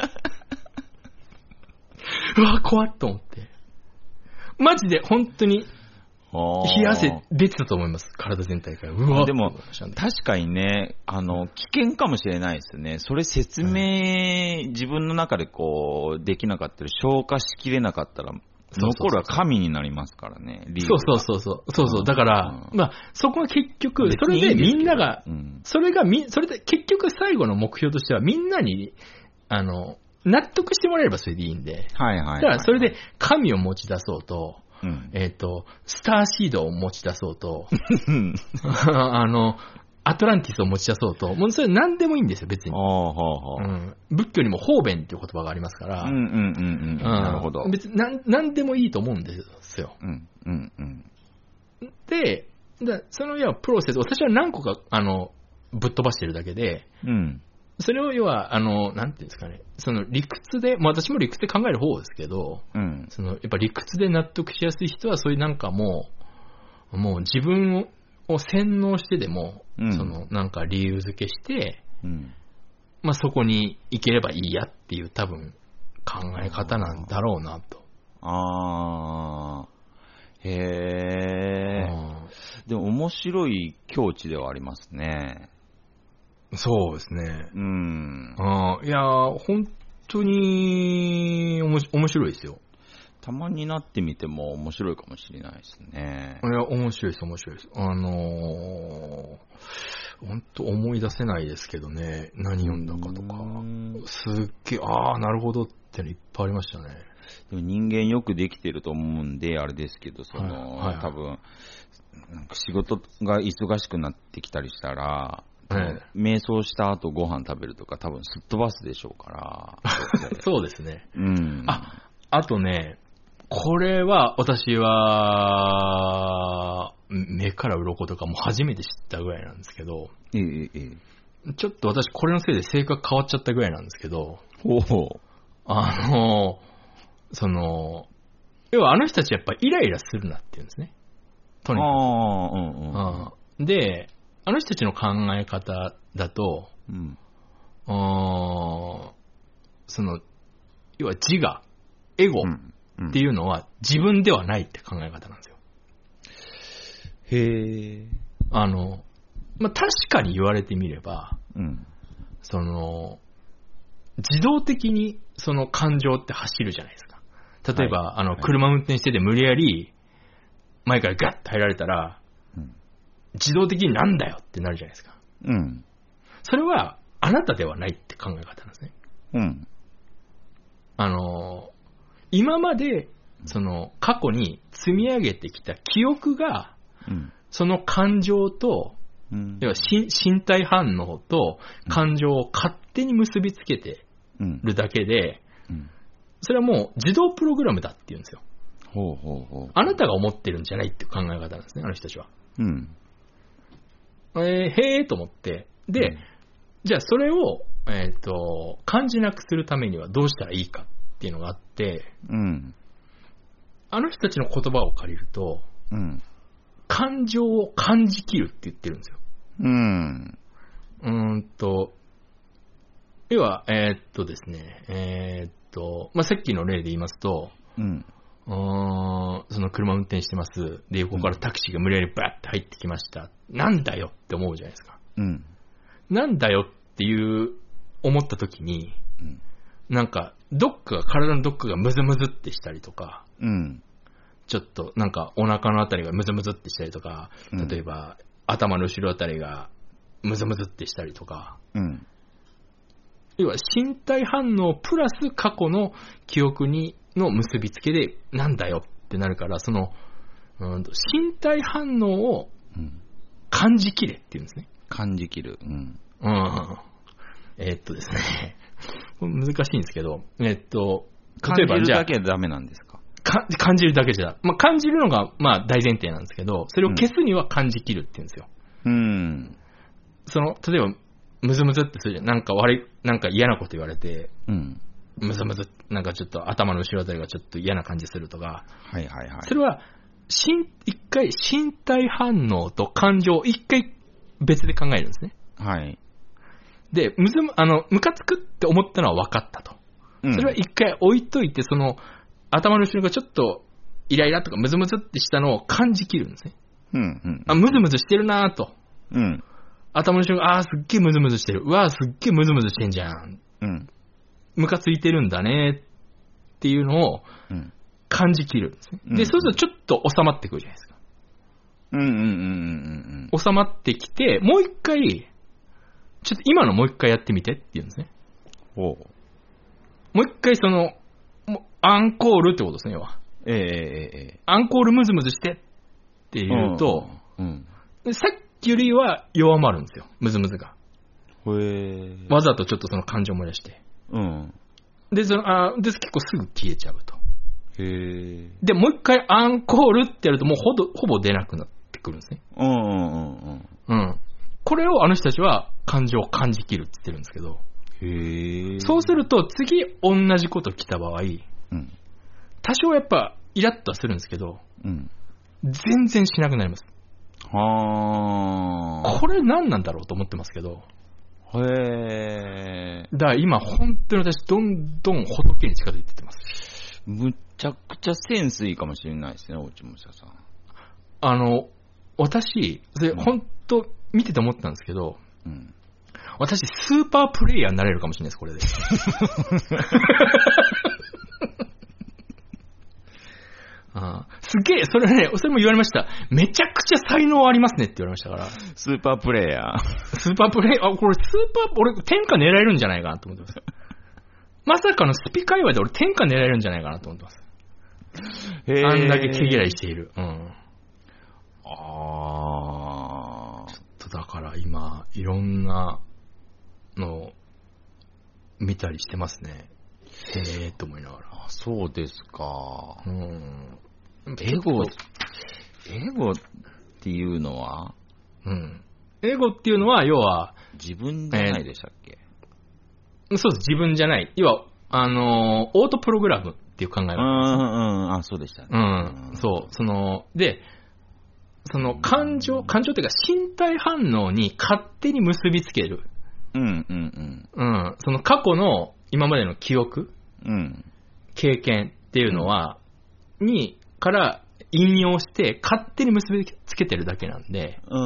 うわ、怖っと思って。マジで、本当に、冷や汗出てたと思います、体全体から。うわでも、確かにね、あの、危険かもしれないですよね。それ説明、うん、自分の中でこう、できなかったり、消化しきれなかったら、残るは神になりますからね、理由そうそうそうそう。そうそう。だから、うん、まあ、そこは結局、それでみんなが、うん、それがみ、それで結局最後の目標としては、みんなに、あの、納得してもらえればそれでいいんで。 はいはい、はい。 だからそれで神を持ち出そうと、うん、えっ、ー、と、スターシードを持ち出そうと、あの、アトランティスを持ち出そうと、もうそれ何でもいいんですよ、別に。 ああはあ、 うん。仏教にも方便っていう言葉がありますから、 うんうんうんうん。なるほど。 別に何何でもいいと思うんですよ。 うんうんうん。 で、だその要はプロセス、私は何個か、あの、ぶっ飛ばしてるだけで、 うん。 それを要は、あの、なんていうんですかね、その理屈で、まあ私も理屈で考える方ですけど、 うん、 そのやっぱ理屈で納得しやすい人は、そういうなんかもう、もう自分を洗脳してでも、うん、そのなんか理由付けして、 うん、 まあそこに行ければいいやっていう多分考え方なんだろうなと。 ああ、へえ。でも面白い境地ではありますね。 そうですね。 うん。 あいやー、本当におも面白いですよ。 たまになってみても面白いかもしれないですね。 いや、面白いです、面白いです。あのー、本当思い出せないですけどね、何読んだかとか。すっげえ、ああ、なるほどってのいっぱいありましたね。 でも人間よくできてると思うんで、あれですけど、その、はいはいはい、多分、なんか仕事が忙しくなってきたりしたら、ね、瞑想した後ご飯食べるとか多分すっ飛ばすでしょうから。 そうですね。 うん。 あ、あとね、これは私は目から鱗とかも初めて知ったぐらいなんですけど、 ええええ、ちょっと私これのせいで性格変わっちゃったぐらいなんですけど、 ほうほう、 あの、その、要はあの人たちやっぱイライラするなって言うんですね。とにかく。 あ、うんうんあで、あの人たちの考え方だと、 うん、 あその、要は自我、エゴっていうのは自分ではないって考え方なんですよ。 へえ。 あの、まあ、確かに言われてみれば、 うん、 その、自動的にその感情って走るじゃないですか。例えば、はい、あの、車運転してて無理やり前からガッと入られたら、うん、自動的になんだよってなるじゃないですか。 うん。 それはあなたではないって考え方なんですね。 うん。 あの、今までその過去に積み上げてきた記憶が、うん、その感情と、うん、要は身体反応と感情を勝手に結びつけてるだけで、うんうん、それはもう自動プログラムだって言うんですよ。 ほうほうほう。 あなたが思ってるんじゃないっていう考え方なんですね、あの人たちは。 うん。 えー、へーと思って、で、うん、じゃあそれを、えーと、感じなくするためにはどうしたらいいかっていうのがあって、 うん、 あの人たちの言葉を借りると、 うん、 感情を感じきるって言ってるんですよ。 うん。 うーんと、要は、えー、っとですね、えー、っと、まあ、さっきの例で言いますと、 うん、 あその車運転してます。で、横からタクシーが無理やりバッて入ってきました。うん、なんだよって思うじゃないですか。 うん、 なんだよっていう思った時に、うん、なんかどっかが体のどっかがムズムズってしたりとか、 うん、 ちょっとなんかお腹のあたりがムズムズってしたりとか、例えば、うん、頭の後ろあたりがムズムズってしたりとか、 うん、 要は身体反応プラス過去の記憶にの結びつけでなんだよってなるから、その、うん、身体反応を感じきれっていうんですね。 感じきる。うん。 うん。えー、っとですね。難しいんですけど、えー、っと、 例えばじゃあ。感じるだけはダメなんですか？ か感じるだけじゃ、まあ、感じるのがまあ大前提なんですけど、それを消すには感じきるって言うんですよ。 うん。 その、例えば、ムズムズってするじゃん。なんか悪い、なんか嫌なこと言われて、 うん。 ムズムズ、なんかちょっと頭の後ろあたりがちょっと嫌な感じするとか。 はいはいはい。 それは、一回身体反応と感情を一回別で考えるんですね。 はい。 で、むずむ、あの、ムカつくって思ったのは分かったと。うん、それは一回置いといて、その、頭の後ろがちょっとイライラとかムズムズってしたのを感じきるんですね。 うんうん。 あ、ムズムズしてるなぁと。 うん。 頭の後ろが、あーすっげームズムズしてる。うわーすっげームズムズしてんじゃん。 うん。 ムカついてるんだねっていうのを感じきるんですね。うん、で、そうするとちょっと収まってくるじゃないですか。 うんうんうんうんうん。 収まってきて、もう一回、ちょっと今のもう一回やってみてって言うんですね。 おう。 もう一回その、アンコールってことですね、要は。 ええええ。 アンコールムズムズしてって言うと、 うんうん、さっきよりは弱まるんですよ、ムズムズが。 へえ。 わざとちょっとその感情を燃やして。 うん。 で、その、あで結構すぐ消えちゃうと。 へえ。 で、もう一回アンコールってやるともうほぼ、ほぼ出なくなってくるんですね。 うんうんうんうん。 うん。これをあの人たちは感情を感じきるって言ってるんですけど。 へえ。 そうすると次同じこと来た場合、 うん、 多少やっぱイラッとはするんですけど、 うん、 全然しなくなります。 はー。 これ何なんだろうと思ってますけど。 へー。 だから今本当に私どんどん仏に近づいてってます。 むちゃくちゃセンスいいかもしれないですね、落武者さん。 あの、私、それ本当見てて思ったんですけど、 うん、 私、スーパープレイヤーになれるかもしれないです、これで。あすげえ、それね、それも言われました。めちゃくちゃ才能ありますねって言われましたから。 スーパープレイヤー。 スーパープレイヤー、あ、これスーパー、俺、天下狙えるんじゃないかなと思ってます。まさかのスピ界隈で俺、天下狙えるんじゃないかなと思ってます。へー。あんだけ毛嫌いしている。うん。あー。ちょっとだから今、いろんなのを見たりしてますね。へーと思いながら。 あ、そうですか。 うん。 エゴ、エゴっていうのは、 うん。エゴっていうのは、要は、 自分じゃないでしたっけ？ えー、そうです、自分じゃない。要は、あのー、オートプログラムっていう考え方です。うん、 うん、あ、そうでしたね。 うん、そう、その、で、その感情、感情というか身体反応に勝手に結びつける。 うん、うん、うん。 うん、その過去の今までの記憶、 うん、 経験っていうのは、うん、に、から引用して勝手に結びつけてるだけなんで、 うん、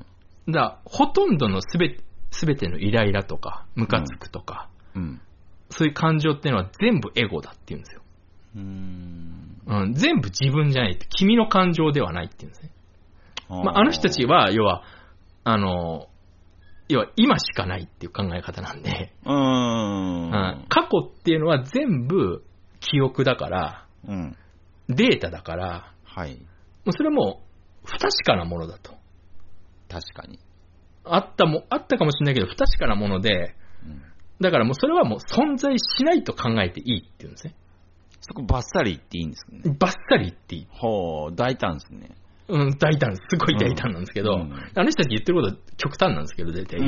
だからほとんどのすべて、すべてのイライラとかムカつくとか、 うんうん、そういう感情っていうのは全部エゴだっていうんですよ。 うーん、 うん、全部自分じゃないって、君の感情ではないっていうんですね。あ,、まあ、あの人たちは要はあの要は今しかないっていう考え方なんで、 うーん、 うん、過去っていうのは全部記憶だから、 うん、 データだから、 はい、 もうそれも不確かなものだと。 確かに。 あったも、あったかもしれないけど不確かなもので、うん、だからもうそれはもう存在しないと考えていいっていうんですね。 そこバッサリ言っていいんですかね。 バッサリ言っていい。 ほう、大胆ですね。 うん、大胆、すごい大胆なんですけど、うん、あの人たち言ってることは極端なんですけど、大体。うん、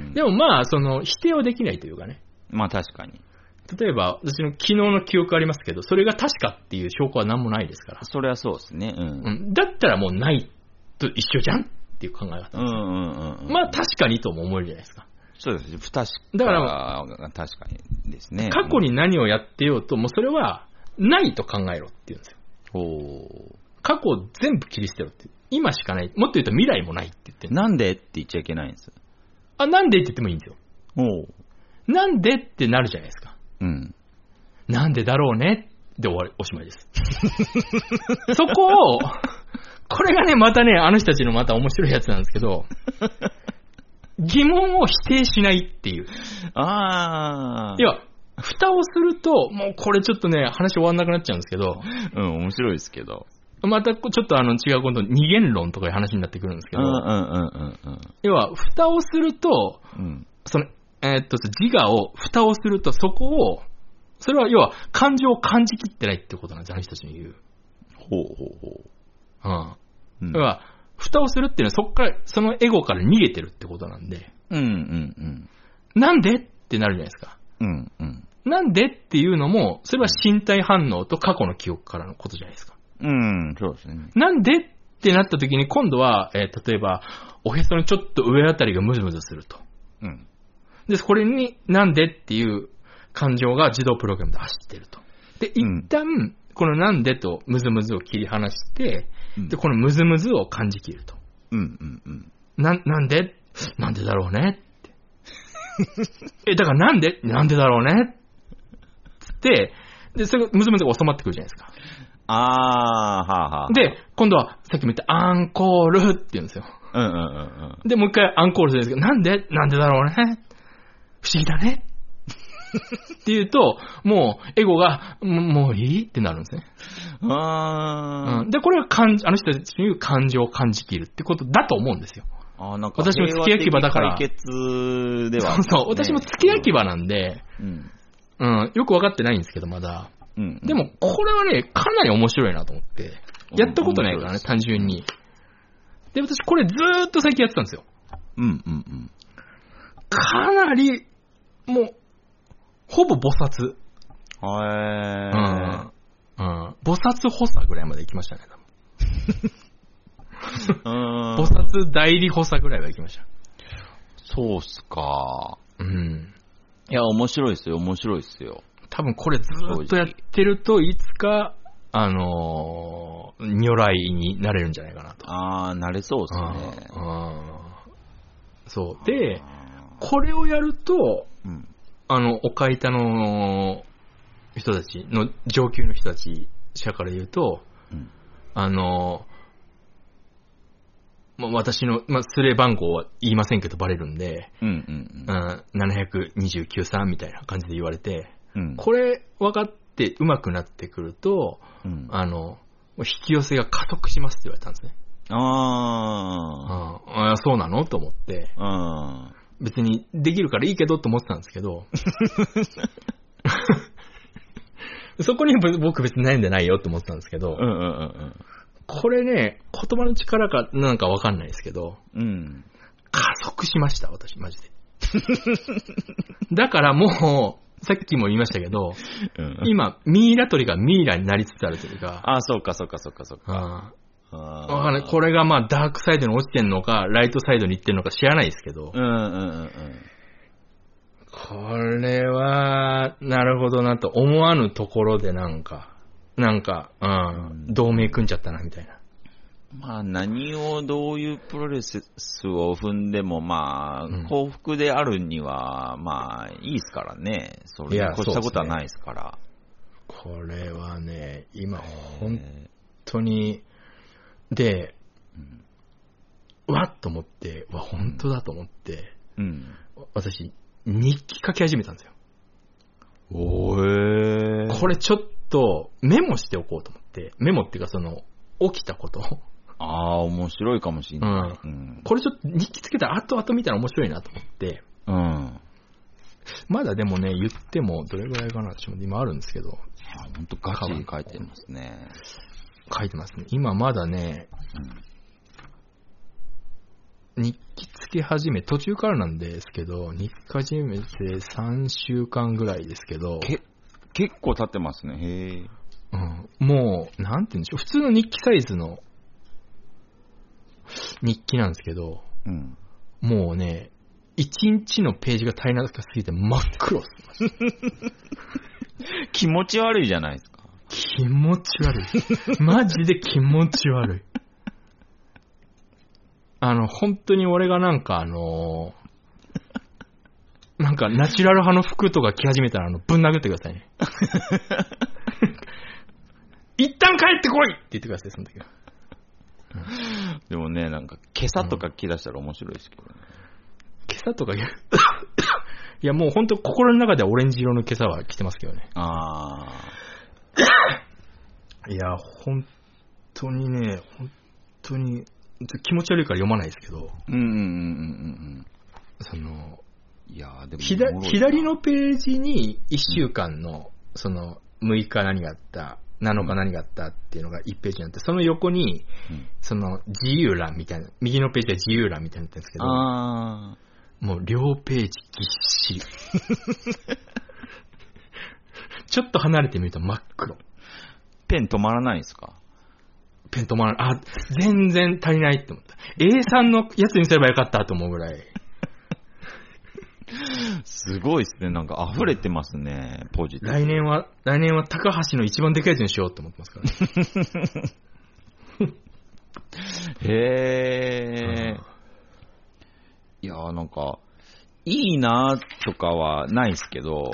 でもまあ、その、否定はできないというかね。 まあ確かに。 例えば、私の昨日の記憶ありますけど、それが確かっていう証拠は何もないですから。 それはそうですね。うん。 うん、だったらもうないと一緒じゃんっていう考え方なんですよ。うんうんうんうん、まあ確かにとも思えるじゃないですか。 そうです。不確かだから確かにですね。 過去に何をやってようと、もうそれはないと考えろって言うんですよ。 ほう。 過去を全部切り捨てろって。今しかない。もっと言うと未来もないって言ってる。 なんでって言っちゃいけないんです。 あ、なんでって言ってもいいんですよ。 おなんでってなるじゃないですか。 うん。 なんでだろうねで終わり、おしまいです。そこを、これがね、またね、あの人たちのまた面白いやつなんですけど、疑問を否定しないっていう。 ああ。 要は、蓋をすると、もうこれちょっとね、話終わんなくなっちゃうんですけど。 うん、面白いですけど。 またちょっとあの違うこと、二元論とかいう話になってくるんですけど。 うんうんうんうんうん。 要は、蓋をすると、うん、その、えー、っと、自我を、蓋をするとそこを、それは要は感情を感じきってないってことなんですよ、あの人たちの言う。 ほうほうほう。うん。要は、蓋をするっていうのはそこから、そのエゴから逃げてるってことなんで。 うんうんうん。 なんでってなるじゃないですか。 うんうん。 なんでっていうのも、それは身体反応と過去の記憶からのことじゃないですか。 うん、そうですね。 なんでってなった時に今度は、えー、例えば、おへそのちょっと上あたりがムズムズすると。 うん。 で、これになんでっていう感情が自動プログラムで走ってると。で、一旦、このなんでとムズムズを切り離して、うん、で、このムズムズを感じきると。 うんうんうん。 な、なんでなんでだろうねって。え、だからなんでなんでだろうねつって、で、それがムズムズが収まってくるじゃないですか。 あー、はあはあ。 で、今度はさっきも言ったアンコールって言うんですよ。 うんうんうんうん。 で、もう一回アンコールするんですけど、なんでなんでだろうね不思議だねって言うと、もう、エゴが、もういいってなるんですね。 あー、 うん。で、これが感じ、あの人たちの言う感情を感じきるってことだと思うんですよ。 あー、なんか私も付け焼き場だから。 解決では、 ね。そうそう。私も付け焼き場なんで、 うん。 うん。よくわかってないんですけど、まだ。 うんうん、 でも、これはね、かなり面白いなと思って。やったことないからね、単純に。で、私これずーっと最近やってたんですよ。 うんうんうん。 かなり、もう、ほぼ菩薩。 へー。 うん。うん。菩薩補佐ぐらいまで行きましたね、多分。菩薩代理補佐ぐらいは行きました。 そうっすか。 うん。 いや、面白いですよ、面白いですよ。 多分これずっとやってると、いつか、あのー、如来になれるんじゃないかなと。 あー、なれそうですね。 あー、そう。で、 これをやると、うん、あの、おかいたの人たちの、上級の人たち社から言うと、うん、あの、まあ、私の、まあ、スレ番号は言いませんけどバレるんで、うんうんうん、ななにじゅうきゅうさんみたいな感じで言われて、うん、これ分かって上手くなってくると、うん、あの、引き寄せが加速しますって言われたんですね。ああ、そうなのと思って、あ別にできるからいいけどと思ってたんですけど、そこに僕別に悩んでないよと思ってたんですけど、うんうんうん、これね、言葉の力かなんかわかんないですけど、うん、加速しました、私、マジで。だからもう、さっきも言いましたけど、うん、今、ミイラ取りがミイラになりつつあるというか。 ああ、そうか、そうか、そうか、そうか。 あわかんない。これがまあ、ダークサイドに落ちてんのか、ライトサイドに行ってんのか知らないですけど。うんうんうんうん。これは、なるほどなと思わぬところでなんか、なんか、うん、同盟組んじゃったな、みたいな。 まあ、何をどういうプロレスを踏んでも、まあ、うん、幸福であるには、まあ、いいですからね。それに越したことはないですから。ね、 これはね、今、本当に、で、うん、わっと思って、わ、本当だと思って、うん、私、日記書き始めたんですよ。おー。これちょっとメモしておこうと思って、メモっていうかその、起きたこと。 ああ、面白いかもしれない、 うんうん。これちょっと日記つけたら後々見たら面白いなと思って、うん、まだでもね、言ってもどれぐらいかな、私も今あるんですけど。 本当ガチに書いてますね。 書いてますね。今まだね、うん、日記つけ始め、途中からなんですけど、日記始めてさんしゅうかんぐらいですけど。 け結構経ってますね。へえ。 うん。もう、なんて言うんでしょう。普通の日記サイズの日記なんですけど、うん、もうね、いちにちのページが足りなさすぎて真っ黒っす。 気持ち悪いじゃないですか。 気持ち悪い。マジで気持ち悪い。あの、本当に俺がなんかあのー、なんかナチュラル派の服とか着始めたらあの、ぶん殴ってくださいね。一旦帰ってこいって言ってください、その時は。 うん、でもね、なんか、今朝とか着出したら面白いですけどね。うん、 今朝とか言ういや、もう本当心の中ではオレンジ色の今朝は着てますけどね。ああ。いや、本当にね、本当に、気持ち悪いから読まないですけど。うんうんうんうんうん。その、いやでも左、左のページにいっしゅうかんの、うん、その、むいか何があった、なのか何があったっていうのがいちページになって、その横に、うん、その自由欄みたいな、右のページは自由欄みたいになってるんですけど、あもう両ページぎっしり。ちょっと離れてみると真っ黒。 ペン止まらないですか？ ペン止まらない。あ、全然足りないって思った。エーさん のやつにすればよかったと思うぐらい。 すごいですね。なんか溢れてますね、ポジティブ。 来年は、来年は高橋の一番でかいやつにしようと思ってますからね。 へー。いやーなんか、いいなーとかはないですけど、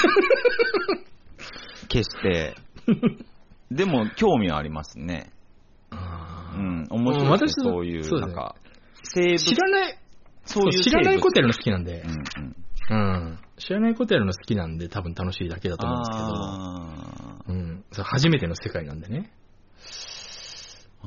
決して。でも、興味はありますね。うん、面白いですね、そういう、なんか、 生物。知らない、そういう知らないことやるの好きなんで、うんうん、知らないことやるの好きなんで多分楽しいだけだと思うんですけど、うん、それ初めての世界なんでね。あ、うん、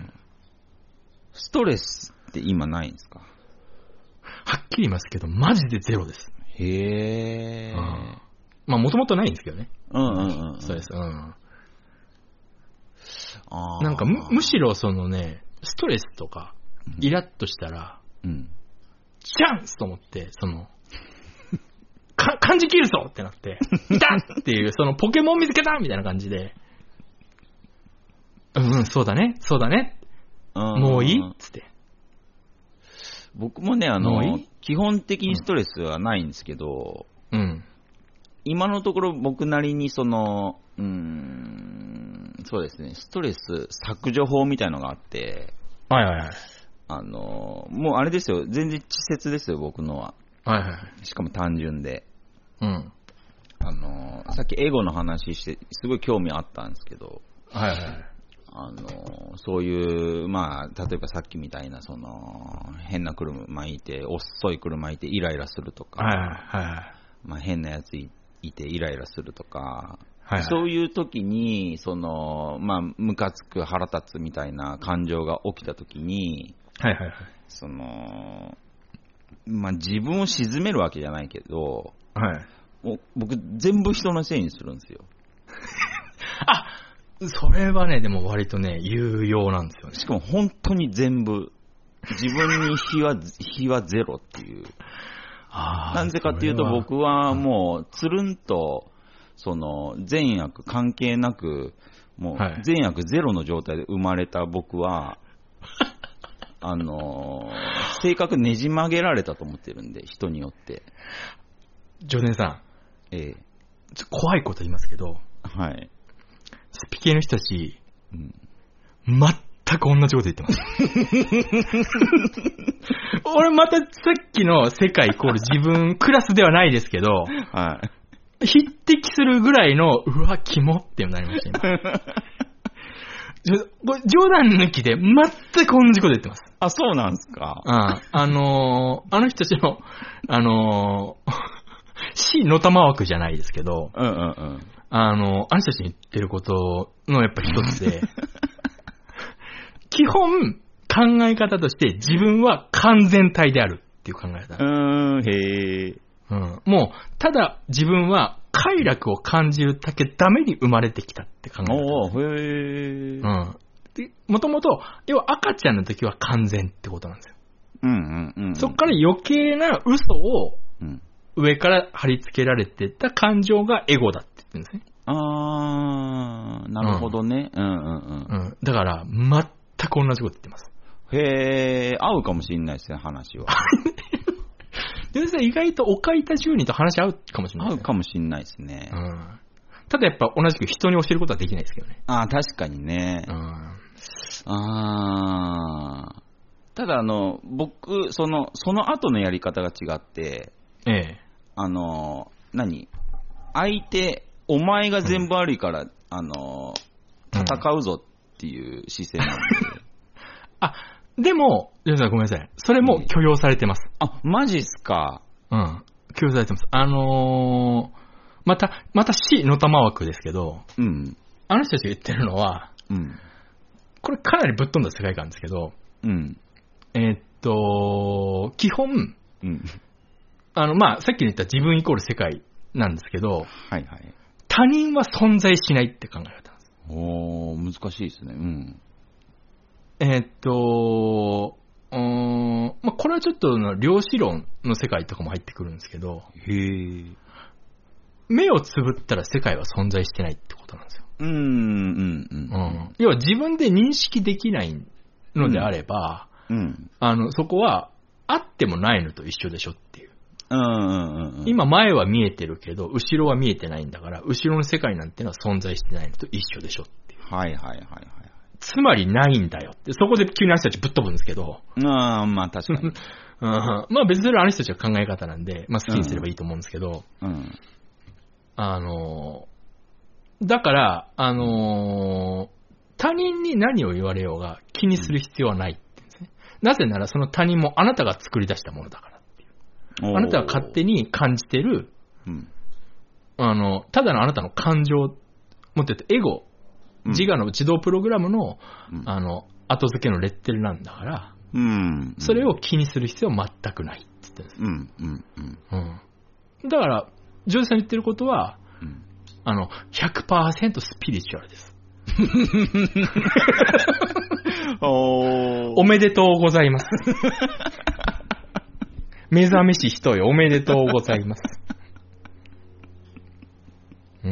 ストレスって今ないんですか？ はっきり言いますけどマジでゼロです。へー。まあもともとないんですけどね。うんうんうん、うん、そうです。うん。あなんか む, むしろそのねストレスとかイラッとしたら、うん、チャンスと思って、その、か、感じ切るぞってなって、いたっていう、そのポケモン見つけたみたいな感じで、うん、うん、そうだね、そうだね、もういいっつって。 僕もね、あの、いい基本的にストレスはないんですけど、うん、今のところ僕なりにその、うーん、そうですね、ストレス削除法みたいのがあって、はいはいはい。 あの、もうあれですよ、全然稚拙ですよ、僕のは。 はいはい。 しかも単純で。 うん。 あの、さっきエゴの話して、すごい興味あったんですけど、 はいはい。 あの、そういう、まあ、例えばさっきみたいな、その、変な車いて、遅い車いてイライラするとか、 はいはいはい。 まあ、変なやついてイライラするとか、 はいはい、 そういう時に、その、まあ、ムカつく、腹立つみたいな感情が起きた時に、 はいはいはい。 その、まあ、自分を鎮めるわけじゃないけど、 はい。 もう僕、全部人のせいにするんですよ。 あ、それはね、でも割とね、有用なんですよね。 しかも本当に全部、自分に非は、非はゼロっていう。 あなんでかっていうと、僕はもう、つるんと、その、善悪関係なく、もう、善悪ゼロの状態で生まれた僕は、あのー、性格ねじ曲げられたと思ってるんで、人によって。 ジョネさん。 ええ。 怖いこと言いますけど、 はい。 スピ系の人たち、うん、全く同じこと言ってます。俺またさっきの世界イコール自分クラスではないですけど、 はい。 匹敵するぐらいの、うわ、キモってなりました、今。冗談抜きで全く同じこと言ってます。 あ、そうなんですか。 あ, あのー、あの人たちの、あのー、死の玉枠じゃないですけど、 うんうんうん、 あのー、あの人たちに言ってることのやっぱ一つで、基本考え方として自分は完全体であるっていう考え方。 うーん、へー。 うん、もう、ただ自分は快楽を感じるだけために生まれてきたって考えた。 おー、へー。 うん。で、もともと、要は赤ちゃんの時は完全ってことなんですよ。 うんうんうん、うん。 そっから余計な嘘を上から貼り付けられてた感情がエゴだって言ってるんですね。 あー、なるほどね。うん、うん、うんうん。 うん。だから、全く同じこと言ってます。 へー、合うかもしれないですね、話は。 で意外とおかいたじゅうにんと話合うかもしれない、 ね。合うかもしれないですね。 うん。ただやっぱ同じく人に教えることはできないですけどね。 ああ、確かにね。うん。ああ。ただあの、僕、その、その後のやり方が違って、 ええ。 あの、何相手、お前が全部悪いから、うん、あの、戦うぞっていう姿勢なんで。うん、 あ、でも、ジョンさんごめんなさい。それも許容されてます。 あ、マジっすか。 うん。許容されてます。あのー、また、また死の玉枠ですけど、 うん。 あの人たちが言ってるのは、 うん。 これかなりぶっ飛んだ世界観ですけど、 うん。 えー、っと、基本、 うん。 あの、まあ、さっき言った自分イコール世界なんですけど、 はいはい。 他人は存在しないって考え方なんです。 おー、難しいですね。うん。 えー、っと、うーん、まあ、これはちょっと量子論の世界とかも入ってくるんですけど、 へー。 目をつぶったら世界は存在してないってことなんですよ。 うん、うん、うん。うん、 要は自分で認識できないのであれば、 うん、 あの、そこはあってもないのと一緒でしょっていう。 うんうんうん、 今前は見えてるけど、後ろは見えてないんだから、後ろの世界なんてのは存在してないのと一緒でしょっていう。 はいはいはいはい。 つまりないんだよって。そこで急にあの人たちぶっ飛ぶんですけど。 ああ、まあ確かに。 うん、まあ別にそれはあの人たちの考え方なんで、まあ好きにすればいいと思うんですけど、 うんうんあの、だから、あの、他人に何を言われようが気にする必要はないって言うんですね。なぜならその他人もあなたが作り出したものだからっていう。あなたが勝手に感じてる、 うん、 あの、ただのあなたの感情を持ってて、エゴ、自我の自動プログラムの、うん、あの、後付けのレッテルなんだから、 うん、 それを気にする必要は全くないって言ってるんです。 うんうんうんうん、だから、ジョージさん言ってることは、 うん、 あの、ひゃくパーセント スピリチュアルです。 お, おめでとうございます。目覚めし人よ、おめでとうございます。うん、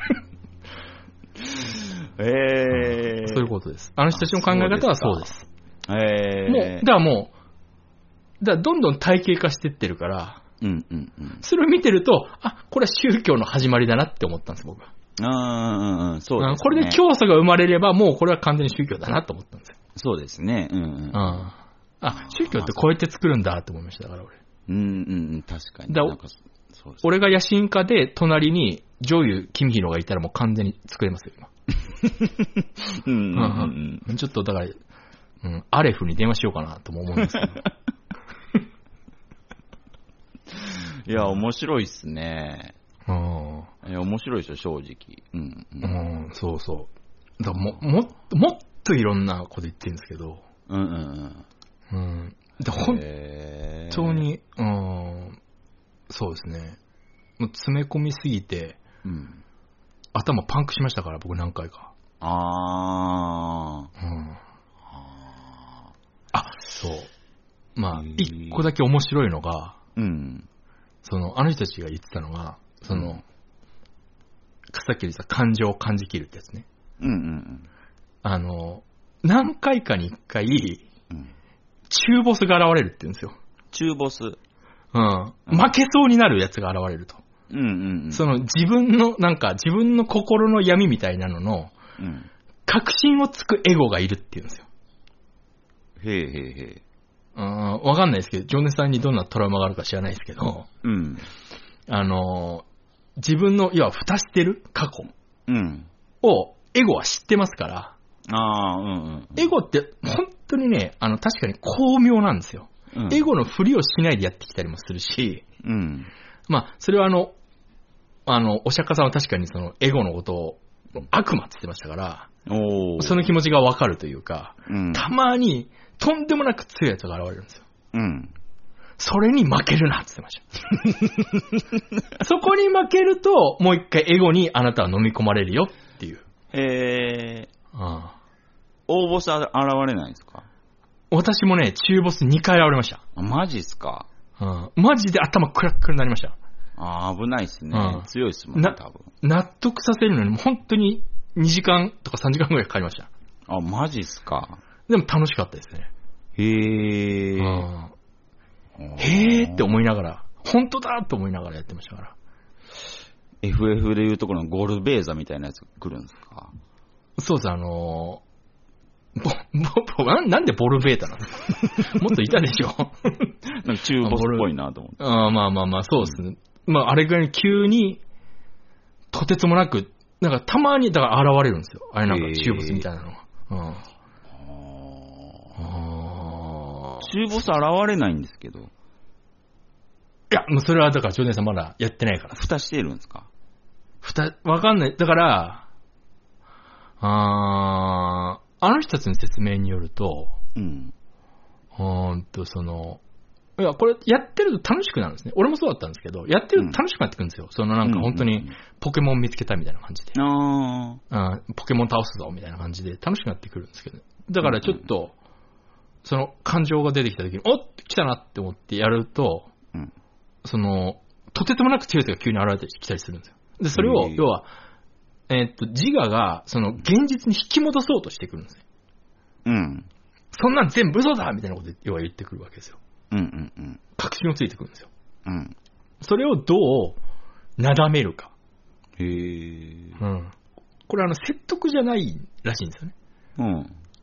えー、 そういうことです。あの人たちの考え方はそうです。 えー、 もう、だからもう、だからどんどん体系化してってるから、 うんうんうん、 それを見てると、あ、これは宗教の始まりだなって思ったんです、僕は。 ああ、うんうん、そうですね。 これで教祖が生まれれば、もうこれは完全に宗教だなと思ったんですよ。 そうですね。うんうん。 ああ、宗教ってこうやって作るんだって思いました、だから俺。 うんうんうん、確かに。 だなんかそうです、 俺が野心家で、隣に女優キミヒロがいたらもう完全に作れますよ、今。 うんうんうんうん、ちょっとだから、うん、アレフに電話しようかなとも思うんですけど。 いや、面白いっすね。 うん。 いや、面白いでしょ、正直。うん、 うん。うん、そうそう。だからも、も、もっといろんなこと言ってるんですけど。 うんうんうん。うん。で、本当に、うん、そうですね。もう詰め込みすぎて、うん、頭パンクしましたから、僕何回か。 あー。うん。あ、そう。まあ、一個だけ面白いのが、うん。その、あの人たちが言ってたのが、その、うん、さっき言った感情を感じきるってやつね。 うんうんうん。 あの、何回かに一回、うん、中ボスが現れるって言うんですよ。 中ボス。うん。 負けそうになるやつが現れると。 うんうんうん。 その自分の、なんか自分の心の闇みたいなのの、うん、確信をつくエゴがいるって言うんですよ。 へえへえへえ。 うん、わかんないですけど、情熱さんにどんなトラウマがあるか知らないですけど、うん。あの、自分の、要は蓋してる過去を、エゴは知ってますから、 ああ、うんうん。 エゴって本当にね、あの、確かに巧妙なんですよ。うん、エゴのふりをしないでやってきたりもするし、うん。まあ、それはあの、あの、お釈迦さんは確かにその、エゴのことを悪魔って言ってましたから、おその気持ちがわかるというか、うん、たまに、とんでもなく強いやつが現れるんですよ。うん。それに負けるなって言ってました。そこに負けると、もう一回エゴにあなたは飲み込まれるよっていう。 へえ。ああ。大ボス現れないんですか？ 私もね、中ボスにかい現れました。 あ、マジっすか？ うん。マジで頭クラックルになりました。 ああ、危ないっすね。うん、強いっすもんね、多分。 納得させるのに、本当ににじかんとかさんじかんぐらいかかりました。 あ、マジっすか？ でも楽しかったですね。 へー。 うん、へーって思いながら、本当だと思いながらやってましたから。 エフエフ でいうところのゴルベーザみたいなやつ来るんですか？ そうです、あのー、ボ、ボ、な、なんでボルベータなのもっといたでしょなんか中ボスっぽいなと思って。 ああ、まあまあまあ、そうですね。うん、まあ、あれぐらい急に、とてつもなく、なんかたまに、だから現れるんですよ。あれなんか中ボスみたいなのが。うん。 中ボス現れないんですけど。いや、もうそれはだから、ジョネさんまだやってないから。 蓋してるんですか？ 蓋、わかんない。だから、あー、あの人たちの説明によると、うん。ほんと、その、いや、これ、やってると楽しくなるんですね。俺もそうだったんですけど、やってると楽しくなってくるんですよ。うん、そのなんか本当に、ポケモン見つけたみたいな感じで。ああ。ポケモン倒すぞ、みたいな感じで楽しくなってくるんですけど。だからちょっと、うん、その感情が出てきた時に、おっ来たなって思ってやると、うん、その、とてつもなく強い人が急に現れてきたりするんですよ。で、それを、要は、えー、っと、自我が、その、現実に引き戻そうとしてくるんですよ。うん。そんなん全部嘘だみたいなことを要は言ってくるわけですよ。うんうんうん。確信をついてくるんですよ。うん。それをどう、なだめるか。へー。うん。これあの、説得じゃないらしいんですよね。うん。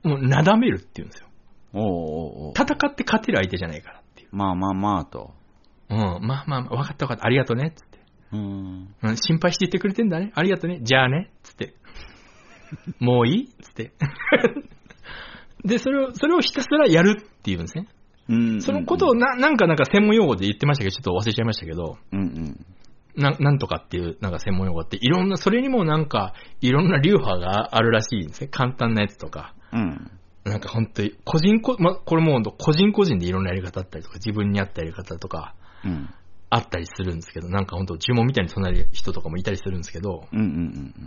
もう、なだめるって言うんですよ。おうおうおう。戦って勝てる相手じゃないからっていう。 まあまあまあと。 うん。まあまあ、分かった分かった。ありがとうね。つって。うん。心配して言ってくれてんだね。ありがとうね。じゃあね。つって。もういいつって。で、それを、それをひたすらやるっていうんですね。うんうんうん、そのことをな、なんかなんか専門用語で言ってましたけど、ちょっと忘れちゃいましたけど、うんうん、な, なんとかっていうなんか専門用語っていろんな、それにもなんかいろんな流派があるらしいんですね。簡単なやつとか。うん、なんか本当に個人個、ま、これも個人個人でいろんなやり方あったりとか、自分に合ったやり方とか、うん、あったりするんですけど、なんか本当呪文みたいに唱える人とかもいたりするんですけど、うんうんうんうん、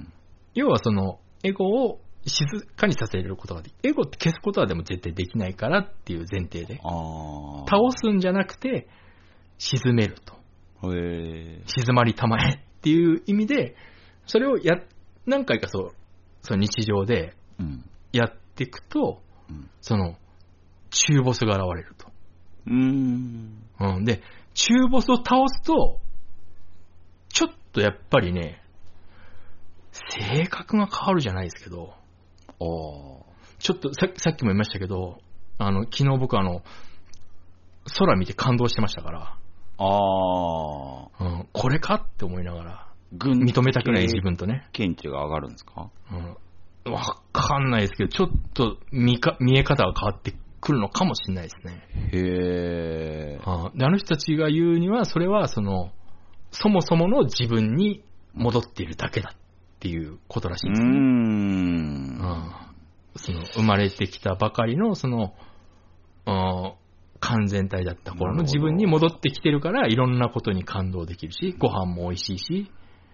要はそのエゴを静かにさせることができる。エゴって消すことはでも絶対できないからっていう前提で。倒すんじゃなくて、沈めると。へ静まりたまえっていう意味で、それをや、何回かそう、その日常でやっていくと、うん、その、中ボスが現れると。うーん。うん。で、中ボスを倒すと、ちょっとやっぱりね、性格が変わるじゃないですけど、ちょっとさ、さっきも言いましたけど、 あの、昨日僕あの、空見て感動してましたから。 ああ、 うん。これかって思いながら。認めたくない自分とね。 見地が上がるんですか？ うん。わかんないですけど、ちょっと見か、見え方が変わってくるのかもしれないですね。 へー。 あで、あの人たちが言うには、それはその、そもそもの自分に戻っているだけだっていうことらしいんですね。うーん。あその、生まれてきたばかりの、その、あ完全体だった頃の自分に戻ってきてるから、いろんなことに感動できるし、ご飯も美味しいし、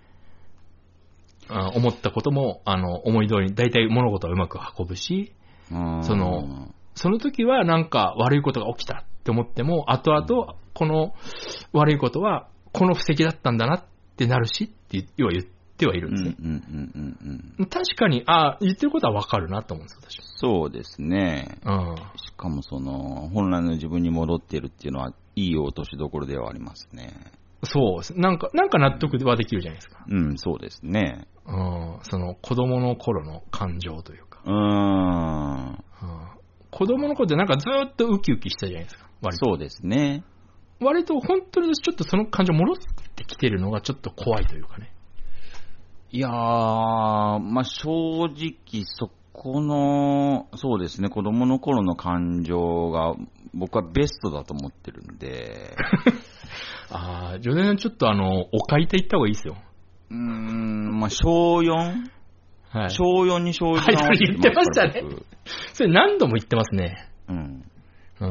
あ思ったことも、あの、思い通りに、大体物事はうまく運ぶし、その、その時はなんか悪いことが起きたって思っても、後々、この悪いことは、この布石だったんだなってなるし、って要は言ってはいるんですね。うんうんうんうん、確かに、ああ、言ってることはわかるなと思うんです、私は。 そうですね。うん。しかもその、本来の自分に戻っているっていうのは、いい落としどころではありますね。 そうです。なんか、なんか納得はできるじゃないですか。 うん、うん、そうですね。 うん、その子供の頃の感情というか。うーん。うん、子供の頃ってなんかずっとウキウキしたじゃないですか。 割とそうですね。 割と本当にちょっとその感情戻ってきてるのがちょっと怖いというかね。 いやー、まあ、正直そこの、そうですね、子供の頃の感情が僕はベストだと思ってるんで。 ああ、ジョネさんちょっとあの、お買い手行った方がいいですよ。 うーん、まあ、小 よん? はい。小よんに正直なはい、言ってましたね。それ何度も言ってますね。うん。 うん。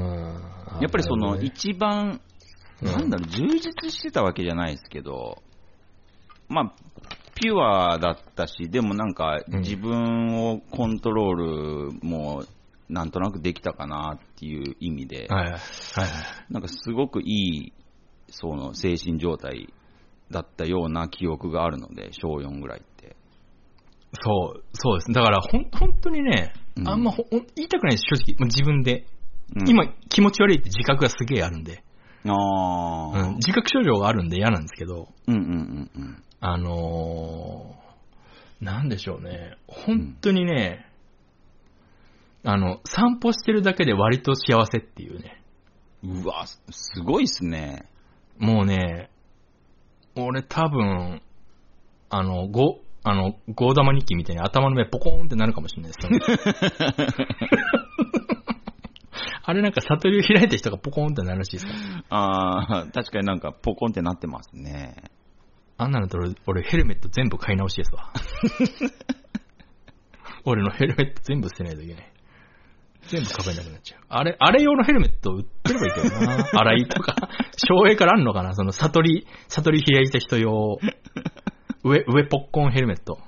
やっぱりその、一番、なんだろう、充実してたわけじゃないですけど、まあ、ピュアだったし、でもなんか自分をコントロールもなんとなくできたかなっていう意味で、はいはいはい、なんかすごくいいその精神状態だったような記憶があるので、小よんぐらいって。 そう、そうです。だからほん本当にね、あんまほ、うん、言いたくないです、正直。自分で、うん。今気持ち悪いって自覚がすげえあるんで。あうん、自覚症状があるんで嫌なんですけど、うんうんうんうん、あのー、なんでしょうね、本当にね、うん、あの、散歩してるだけで割と幸せっていうね。 うわ、すごいっすね。 もうね、俺多分、あの、ご、あの、ゴーダマ日記みたいに頭の目ポコーンってなるかもしれないです。あれなんか悟りを開いた人がポコンってなるらしいですか？ ああ、確かになんかポコンってなってますね。 あんなのと俺、俺ヘルメット全部買い直しですわ。俺のヘルメット全部捨てないといけない。全部かぶれなくなっちゃう。あれ、あれ用のヘルメット売ってればいいけどな。洗いとか。省エからあんのかなその悟り、悟り開いた人用。上、上ポッコンヘルメット。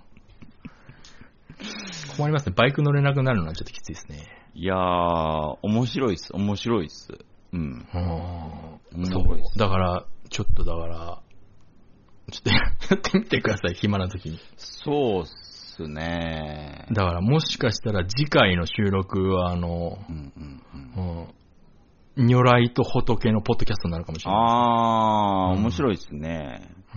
困りますね。バイク乗れなくなるのはちょっときついですね。 いやー、面白いっす、面白いっす。うん。 うん。そう。だから、ちょっとだから、ちょっとやってみてください、暇な時に。 そうっすね。 だから、もしかしたら次回の収録は、あの、うんうんうんうん、如来と仏のポッドキャストになるかもしれない。 あー、うん、面白いっすね。うん。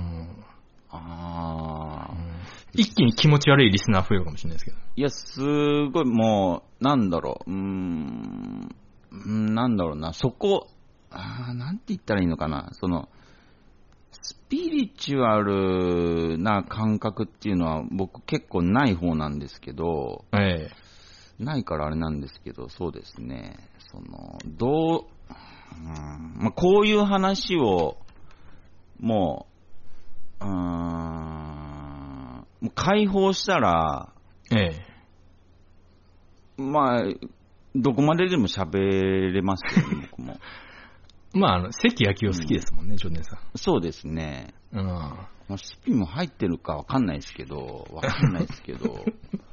あー、うん。一気に気持ち悪いリスナー増えるかもしれないですけど。 いや、すごい、もう、なんだろう、うーん、なんだろうな、そこ、あー、なんて言ったらいいのかな、その、スピリチュアルな感覚っていうのは僕結構ない方なんですけど、ええ、ないからあれなんですけど、そうですね、その、どう、うんまあ、こういう話を、もう、うーん、もう解放したら、ええ、まあ、どこまででも喋れますよね、僕も。 まあ、あの、関明夫好きですもんね、うん、ジョネさん。 そうですね。うん。まあ、スピも入ってるかわかんないですけど、わかんないですけど。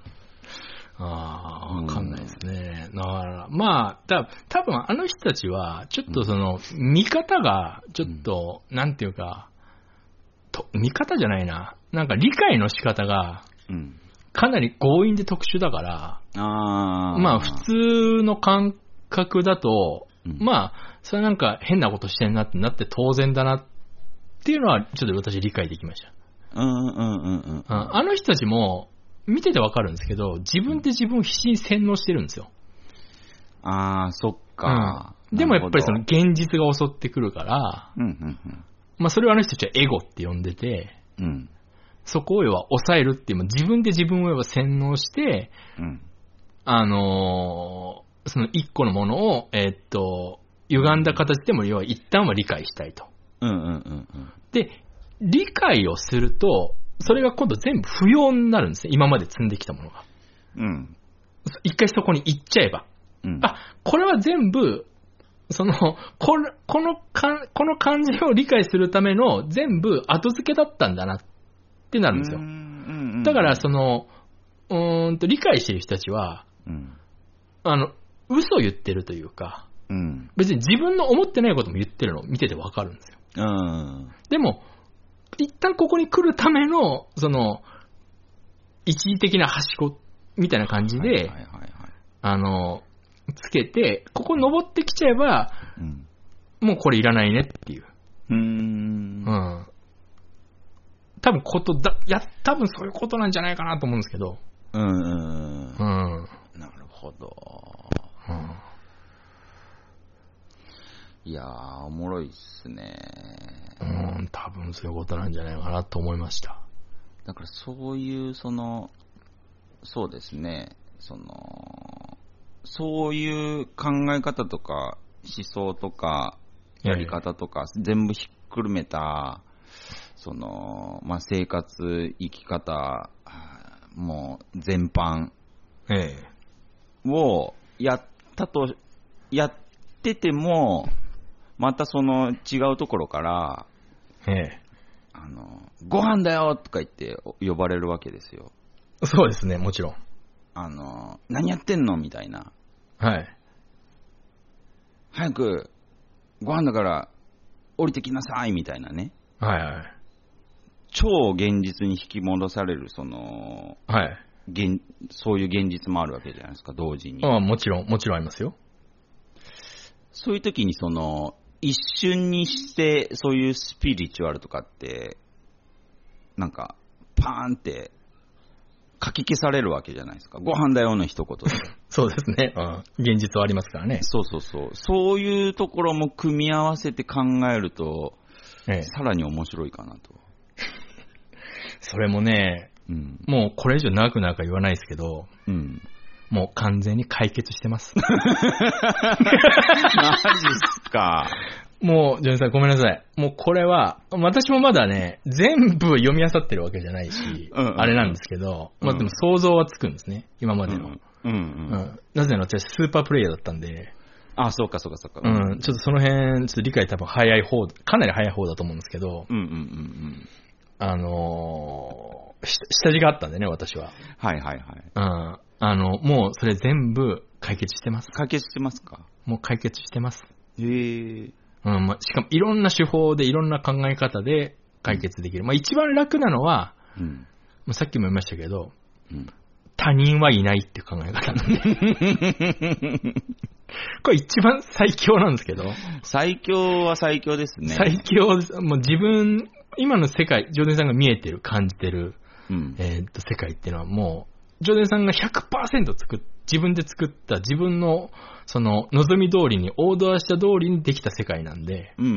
ああ、わかんないですね。だから、まあ、た多分あの人たちは、ちょっとその、見方が、ちょっと、うん、なんていうか、と、見方じゃないな。なんか理解の仕方が、うんかなり強引で特殊だから、あまあ普通の感覚だと、うん、まあそれなんか変なことしてんなってなって当然だなっていうのはちょっと私理解できました。うんうんうんうん、あの人たちも見ててわかるんですけど、自分で自分を必死に洗脳してるんですよ。 ああ、そっか、 うん。でもやっぱりその現実が襲ってくるから、うんうんうん、まあそれはあの人たちはエゴって呼んでて、うん、そこを要は抑えるっていう、自分で自分を要は洗脳して、うん、あのー、その一個のものを、えー、っと、歪んだ形でも要は一旦は理解したいと。うんうんうんうん、で、理解をすると、それが今度全部不要になるんですね。今まで積んできたものが。うん。一回そこに行っちゃえば。うん、あ、これは全部、その、この、このか、この漢字を理解するための全部後付けだったんだなってなるんですよ。うんうんうん、だから、その、うーんと、理解してる人たちは、うん、あの、嘘を言ってるというか、うん、別に自分の思ってないことも言ってるのを見ててわかるんですよ。うん、でも、一旦ここに来るための、その、一時的なはしごみたいな感じで、はいはいはいはい、あの、つけて、ここ登ってきちゃえば、うん、もうこれいらないねっていう。うーん。うん。多分ことだ、いや、多分そういうことなんじゃないかなと思うんですけど。うんうんうん。うん。 なるほど。うん、いやー、おもろいっすね。 うん、多分そういうことなんじゃないかなと思いました。 だからそういう、その、そうですね、その、そういう考え方とか思想とかやり方とか全部ひっくるめた、その、まあ、生活、生き方、もう全般をやったと、やってても、またその違うところから、ええ、あの、ご飯だよとか言って呼ばれるわけですよ。 そうですね、もちろん。 あの、何やってんのみたいな。 はい。 早く、ご飯だから降りてきなさいみたいなね。はいはい。超現実に引き戻される、その、はい。現そういう現実もあるわけじゃないですか、同時に。 ああ、もちろん、もちろんありますよ。 そういう時に、その、一瞬にして、そういうスピリチュアルとかって、なんか、パーンって、かき消されるわけじゃないですか。ご飯だよの一言で。 そうですね、うん。現実はありますからね。 そうそうそう。そういうところも組み合わせて考えると、ええ、さらに面白いかなと。 それもね、うん、もうこれ以上長く長く言わないですけど、うん、もう完全に解決してます。マジっすか。 もう、ジョニーさんごめんなさい。もうこれは、私もまだね、全部読み漁ってるわけじゃないし、うんうんうん、あれなんですけど、まあでも想像はつくんですね、今までの。うんうんうんうん、なぜなら私スーパープレイヤーだったんで。 あ、そうかそうかそうか。 うん、ちょっとその辺、ちょっと理解多分早い方、かなり早い方だと思うんですけど、うんうんうんうん、あのー、下地があったんでね、私は。 はいはいはい。 うん。あの、もうそれ全部解決してます。 解決してますか？ もう解決してます。 へー。 うん、まあ、しかもいろんな手法でいろんな考え方で解決できる。まあ一番楽なのは、うん、まあ、さっきも言いましたけど、うん、他人はいないっていう考え方なんで。これ一番最強なんですけど。 最強は最強ですね。 最強です。もう自分、今の世界、ジョーデンさんが見えてる、感じてる、うん、えー、っと世界っていうのはもう、ジョーデンさんが ひゃくパーセント 作っ、自分で作った自分のその望み通りに、オーダーした通りにできた世界なんで、うんうんうん、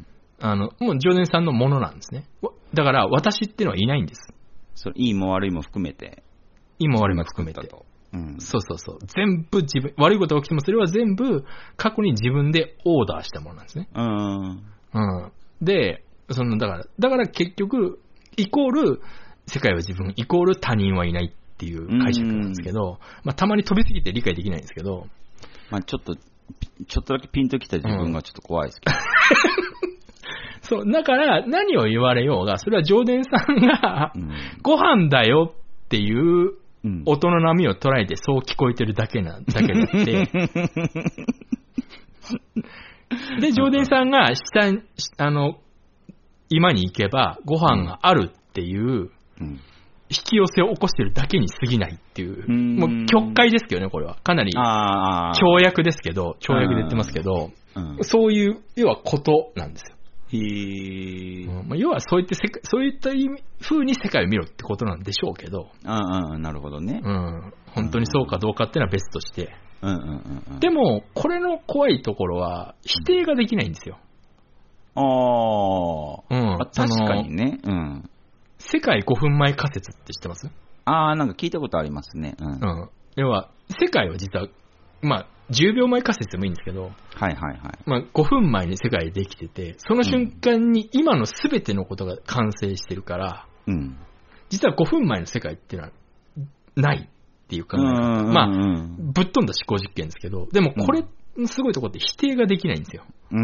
あの、もうジョーデンさんのものなんですね。だから私っていうのはいないんです。 それいいも悪いも含めて。 いいも悪いも含めて。うん、そうそうそう。全部自分、悪いことが起きてもそれは全部過去に自分でオーダーしたものなんですね。うん。うん。で、その、だから、だから結局、イコール、世界は自分、イコール他人はいないっていう解釈なんですけど、まあたまに飛びすぎて理解できないんですけど。 まあちょっと、ちょっとだけピンときた自分がちょっと怖いですけど。うん、 そう、だから何を言われようが、それはジョーデンさんが、ご飯だよっていう、音の波を捉えてそう聞こえてるだけな、だけであって。で、ジョーデンさんが下に、あの、今に行けばご飯があるっていう、引き寄せを起こしてるだけに過ぎないっていう、うん、もう曲解ですけどね、これは。かなり、跳躍ですけど、跳躍で言ってますけど、うん、そういう、要はことなんですよ。へー、うん、要はそういった世界、そういった風に世界を見ろってことなんでしょうけど。 ああ、なるほどね。 うん。本当にそうかどうかっていうのは別として。 うんうんうんうん、 でも、これの怖いところは、否定ができないんですよ。 あ、うん、あ、確かにね。うん。 世界ごふんまえ仮説って知ってます？ ああ、なんか聞いたことありますね。うん。うん、 要は、世界は実は、まあ、じゅうびょうまえ仮説でもいいんですけど、はいはいはい。 まあ、ごふんまえに世界できてて、その瞬間に今の全てのことが完成してるから、うん、実はごふんまえの世界っていうのはないっていう考え方。まあ、ぶっ飛んだ思考実験ですけど、でもこれのすごいところって否定ができないんですよ。うん、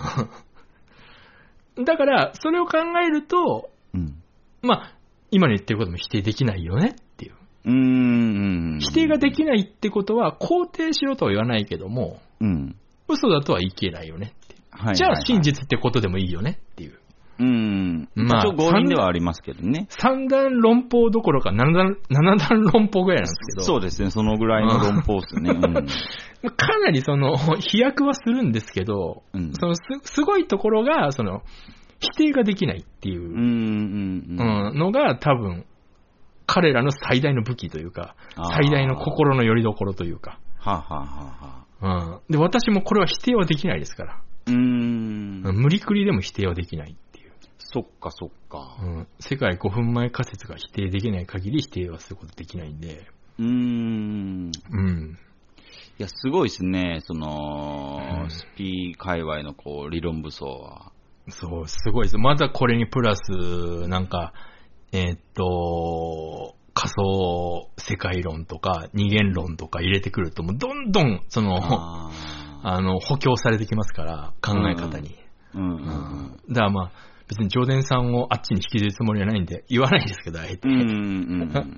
だから、それを考えると、うん、まあ、今の言ってることも否定できないよねっていう。うーん、否定ができないってことは肯定しろとは言わないけども、うん、嘘だとは言い切れないよねって、はいはいはい、じゃあ真実ってことでもいいよねっていう。 うん、まあ、一応強引ではありますけどね。 三段論法どころか七段、七段論法ぐらいなんですけど。 そうですね、そのぐらいの論法ですね。うん、 かなりその飛躍はするんですけど、うん、その す, すごいところがその否定ができないっていうのが多分彼らの最大の武器というか、最大の心の拠り所というか。はあ、はあはあうん、で私もこれは否定はできないですから。うーん無理くりでも否定はできないっていう。 そっかそっか。 うん、世界ごふんまえ仮説が否定できない限り否定はすることできないんで。うーん。 うん。いや、すごいですね、その、うん、スピー界隈のこう理論武装は。 そう、すごいです。まだこれにプラス、なんか、えー、っと、仮想世界論とか二元論とか入れてくると、もうどんどん、その、あ, あの、補強されてきますから、考え方に。うんうんうん、だからまあ、別にジョーデンさんをあっちに引きずるつもりはないんで、言わないですけど、あえて。うんうんうん、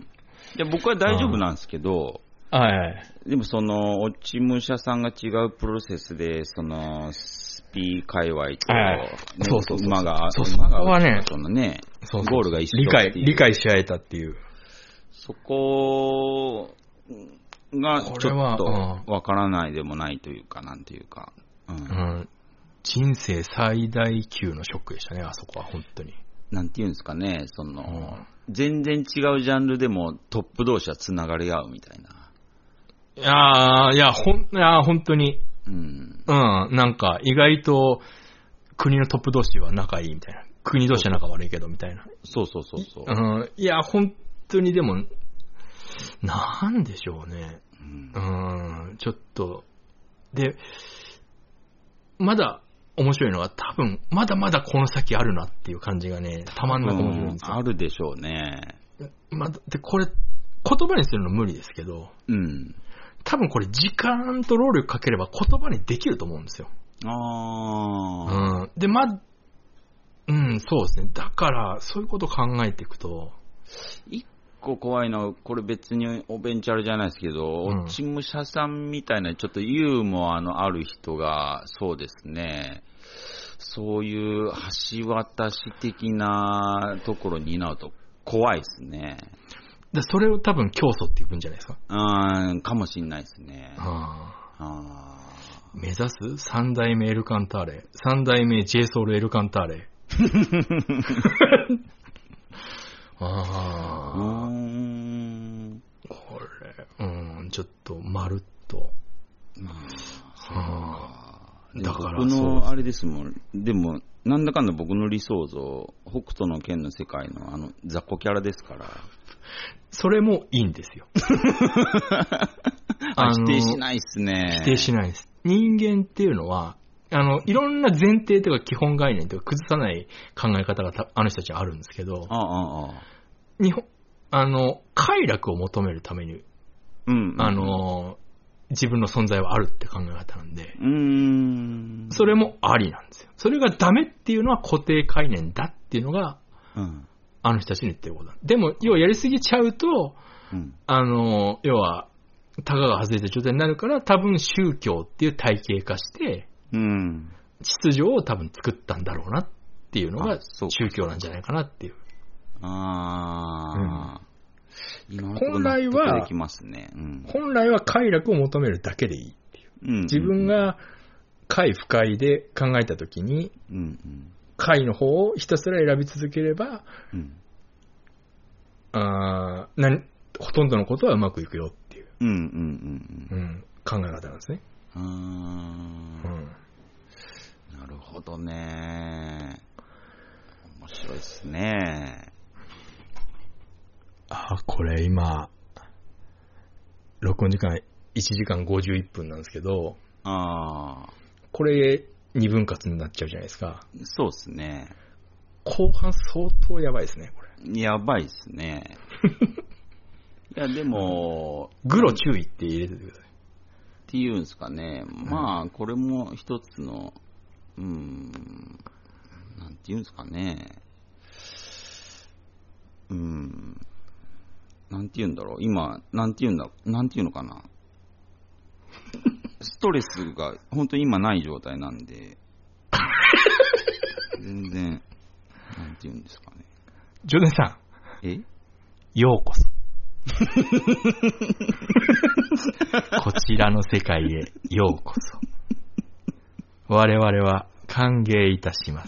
いや僕は大丈夫なんですけど、はいはい、でもその、落ち武者さんが違うプロセスで、その、スピー界隈と、はい、そうそうそう馬が、 そうそう馬がはね、 そのね、そうそうゴールが一緒理解、理解し合えたっていう。 そこがちょっとわからないでもないというか、なんていうか、うんうん。 人生最大級のショックでしたね、あそこは本当に。 なんていうんですかね、その、うん、全然違うジャンルでもトップ同士はつながり合うみたいな。 いやー、いや、ほん、いや、本当に。うん。うん、なんか意外と国のトップ同士は仲いいみたいな。国同士は仲悪いけどみたいな。 そうそうそうそう。 うん、いや、本当にでも、なんでしょうね。うん、うんちょっと。で、まだ面白いのは多分、まだまだこの先あるなっていう感じがね、たまんなく面白いんですよ。 あるでしょうね。 まだ、で、これ、言葉にするの無理ですけど、うん。多分これ時間と労力かければ言葉にできると思うんですよ。ああ。うん。で、ま、うん、そうですね。だから、そういうことを考えていくと。 一個怖いのは、これ別におベンチャルじゃないですけど、うん、落ち武者さんみたいなちょっとユーモアのある人が、そうですね、そういう橋渡し的なところに担うと怖いですね。 でそれを多分教祖って言うんじゃないですか。 うん、かもしんないですね。ああ目指す三代目エルカンターレ、三代目 J ソウルエルカンターレ。ああ、うん、これ、うん、ちょっとまるっと。うん、 はあ、だから僕のあれですもん。でもなんだかんだ僕の理想像、北斗の拳の世界のあの雑魚キャラですから。 それもいいんですよ。 あ否定しないっすね。 否定しないです。人間っていうのは、あの、いろんな前提とか基本概念とか崩さない考え方があの人たちはあるんですけど、ああああ日本、あの、快楽を求めるために、うんうんうん、あの、自分の存在はあるって考え方なんで、うーんそれもありなんですよ。それがダメっていうのは固定概念だっていうのが、うんあの人たちに言ってることだ。でも、要はやりすぎちゃうと、うん、あの、要は、タガが外れた状態になるから、多分宗教っていう体系化して、うん、秩序を多分作ったんだろうなっていうのが宗教なんじゃないかなっていう。ああ、うん、今のところ納得できますね。うん、本来は快楽を求めるだけでいいっていう。うんうんうん、自分が快不快で考えたときに、うんうん快の方をひたすら選び続ければ、うん、あなほとんどのことはうまくいくよっていう。 うんうんうん、 うん、考え方なんですね。 うーん、うん、なるほどね。面白いですね。 あ、これ今録音時間いちじかんごじゅういっぷんなんですけど、 ああ、 これにぶん割になっちゃうじゃないですか。 そうですね。 後半相当やばいですね、これ。 やばいですね。いや、でも、 グロ注意って入れててください。 っていうんですかね。まあ、これも一つの、うん、なんていうんですかね。うん、なんていうんだろう。今、なんていうんだ、なんていうのかな。ストレスが本当に今ない状態なんで、全然、なんていうんですかね。 ジョネさん。え？ ようこそ。こちらの世界へようこそ。我々は歓迎いたします。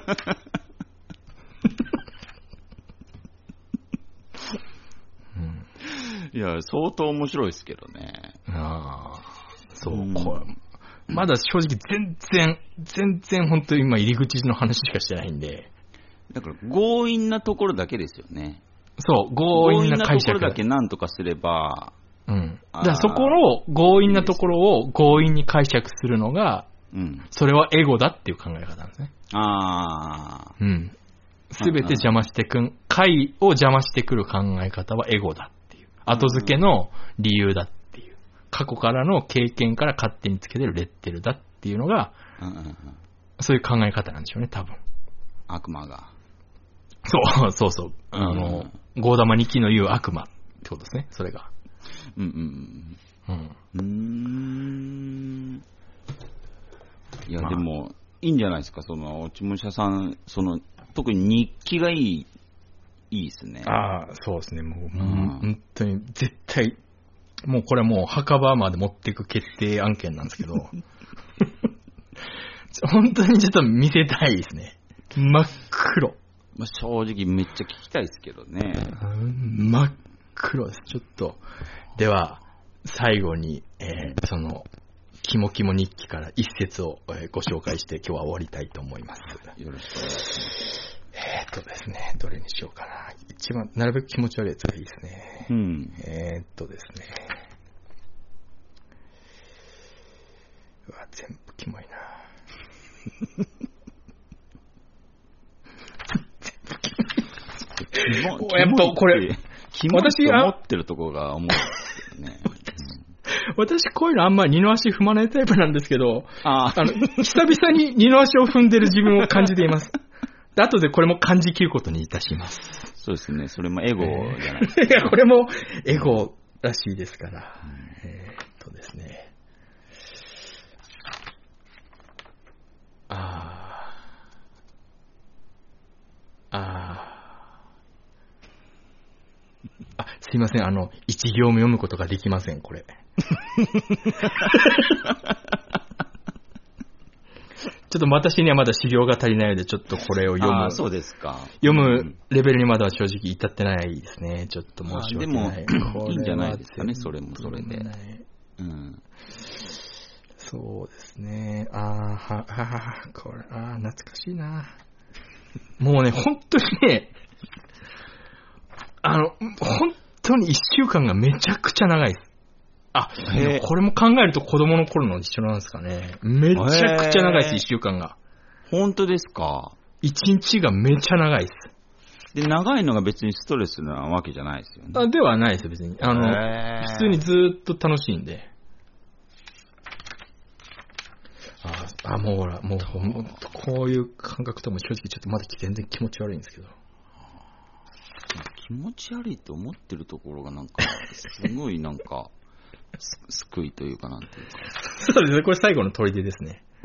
うん、いや、相当面白いですけどね。 ああ、そう、うん、これまだ正直全然、全然本当に今入り口の話しかしてないんで。 だから強引なところだけですよね。 そう、強引な解釈。 強引なところだけなんとかすれば。 うん。だからそこの強引なところを強引に解釈するのが、うん、それはエゴだっていう考え方なんですね。 ああ。 うん。すべて邪魔してくん、解を邪魔してくる考え方はエゴだっていう。後付けの理由だっていう。過去からの経験から勝手につけてるレッテルだっていうのが、うんうんうん、そういう考え方なんでしょうね、多分。 悪魔が。 そうそうそう。あの、ゴーダマにきの言う悪魔ってことですね、それが。 うんうんうん。うん。うーん。いや、まあ、でも、いいんじゃないですか、その、落ち武者さん、その、特に日記がいい、いいですね。 ああ、そうですね、もう、うん、本当に、絶対、もうこれはもう墓場まで持っていく決定案件なんですけど、本当にちょっと見せたいですね。真っ黒。 まあ、正直めっちゃ聞きたいですけどね。 真っ黒です。ちょっと。では、最後に、えー、その、キモキモ日記から一節を、えー、ご紹介して今日は終わりたいと思います。 よろしくお願いします。 えーっとですね、どれにしようかな。一番、なるべく気持ち悪いやつがいいですね。 うん。 えーっとですね。うわ、全部キモいな。やっぱこれ、 私が持ってるところが思うんですけどね。 私、こういうのあんまり二の足踏まないタイプなんですけど、ああの久々に二の足を踏んでる自分を感じています。後でこれも感じきることにいたします。 そうですね、それもエゴじゃないですか、ね。 いや、これもエゴらしいですから。うん、えー、っとですね。ああ。ああ。あ、すいません、あの、一行も読むことができません、これ。ちょっと私にはまだ修行が足りないので、ちょっとこれを読む。 あ、そうですか。 読むレベルにまだは正直至ってないですね。ちょっと申し訳ない。 でも、いいんじゃないですかね、それもそれで。 うん、そうですね。ああ、は、は、は、これ、ああ、懐かしいな。もうね、本当にね、あの、本当に一週間がめちゃくちゃ長いです。あ、これも考えると子供の頃の一緒なんですかね。めちゃくちゃ長いです、一週間が。 本当ですか？ 一日がめちゃ長いです。 で、長いのが別にストレスなわけじゃないですよね。 あ、ではないですよ、別に。あの、普通にずーっと楽しいんで。あ、あもうほら、もうほんとこういう感覚とも正直ちょっとまだ全然気持ち悪いんですけど。 気持ち悪いって思ってるところがなんか、すごいなんか、救いというかなんていうか。 そうですね、これ最後の砦ですね。 うん。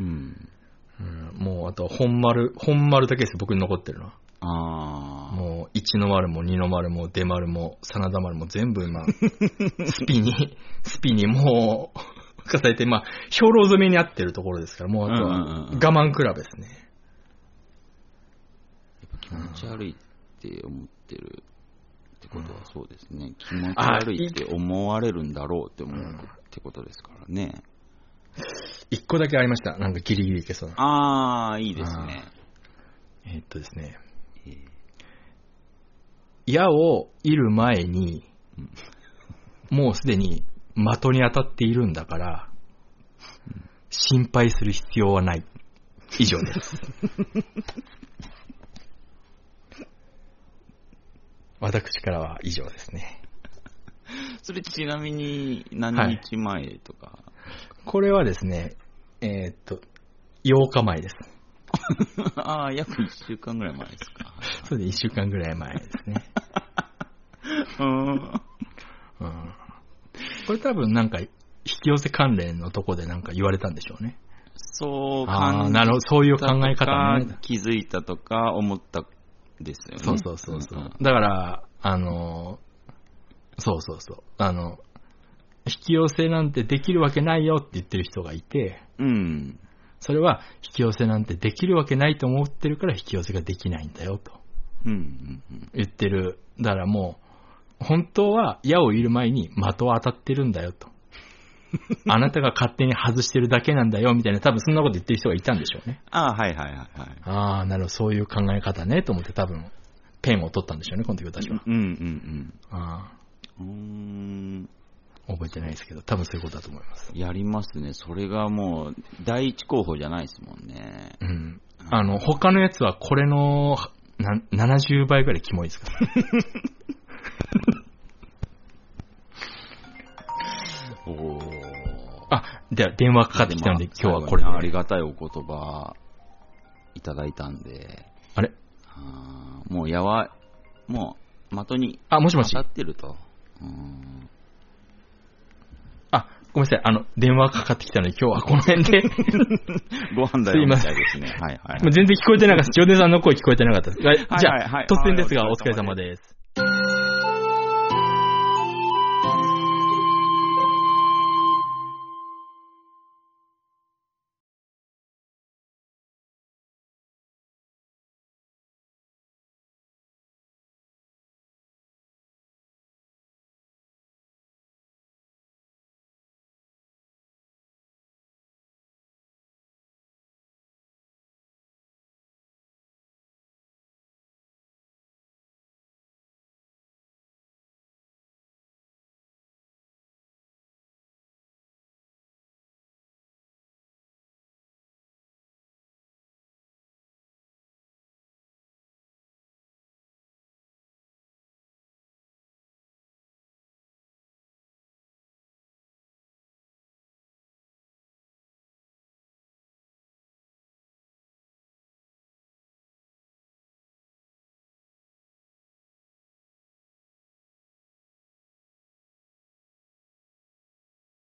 うん、もうあと本丸、本丸だけです、僕に残ってるのは。 ああ。 もういちの丸もにの丸も出丸も真田丸も全部今、スピに、スピにもう、重ねて、まあ、兵糧詰めに合ってるところですから、もうあとは我慢比べですね。 やっぱ気持ち悪いって思ってる。 ってことはそうですね。気持ち悪いって思われるんだろうって思うってことですからね。 一個だけありました。なんかギリギリいけそうな。 ああ、いいですね。 えー、っとですね。矢を射る前に、もうすでに的に当たっているんだから、心配する必要はない。以上です。私からは以上ですね。 それちなみに何日前とか、はい、 これはですね、えー、っと、ようかまえです。 ああ、約いっしゅうかんぐらい前ですか。 そうです、いっしゅうかんぐらい前ですね。うん、うん。これ多分なんか、引き寄せ関連のとこでなんか言われたんでしょうね。 そう感じたとか、なるほど、そういう考え方ね。 気づいたとか思ったですよね。 そうそうそうそう、うん。だから、あの、そうそうそう。あの、引き寄せなんてできるわけないよって言ってる人がいて、 うん。 それは引き寄せなんてできるわけないと思ってるから引き寄せができないんだよと。 うんうんうん、 言ってる。だからもう、本当は矢を射る前に的は当たってるんだよと。あなたが勝手に外してるだけなんだよみたいな、多分そんなこと言ってる人がいたんでしょうね。 ああ、はいはいはい、はい。 ああ、なるほど、そういう考え方ねと思って多分ペンを取ったんでしょうね、この時私は。 うんうんうん。 ああ。 うーん。 覚えてないですけど、多分そういうことだと思います。 やりますね。それがもう第一候補じゃないですもんね。 うん。あの他のやつはこれのなななじゅうばいぐらいキモいですから。 おあ、では電話かかってきたので、今日はこれで。 ありがたいお言葉いただいたんで。 あれあもうやわ、もう的にあ、もしもし。 当たってると。うんあ、ごめんなさい。あの、電話かかってきたので、今日はこの辺で。 ご飯だよみたいですね。はいはい。 もう全然聞こえてなかった。ジョネさんの声聞こえてなかったです。じゃあ、はいはいはい、突然ですが、お疲れ様です。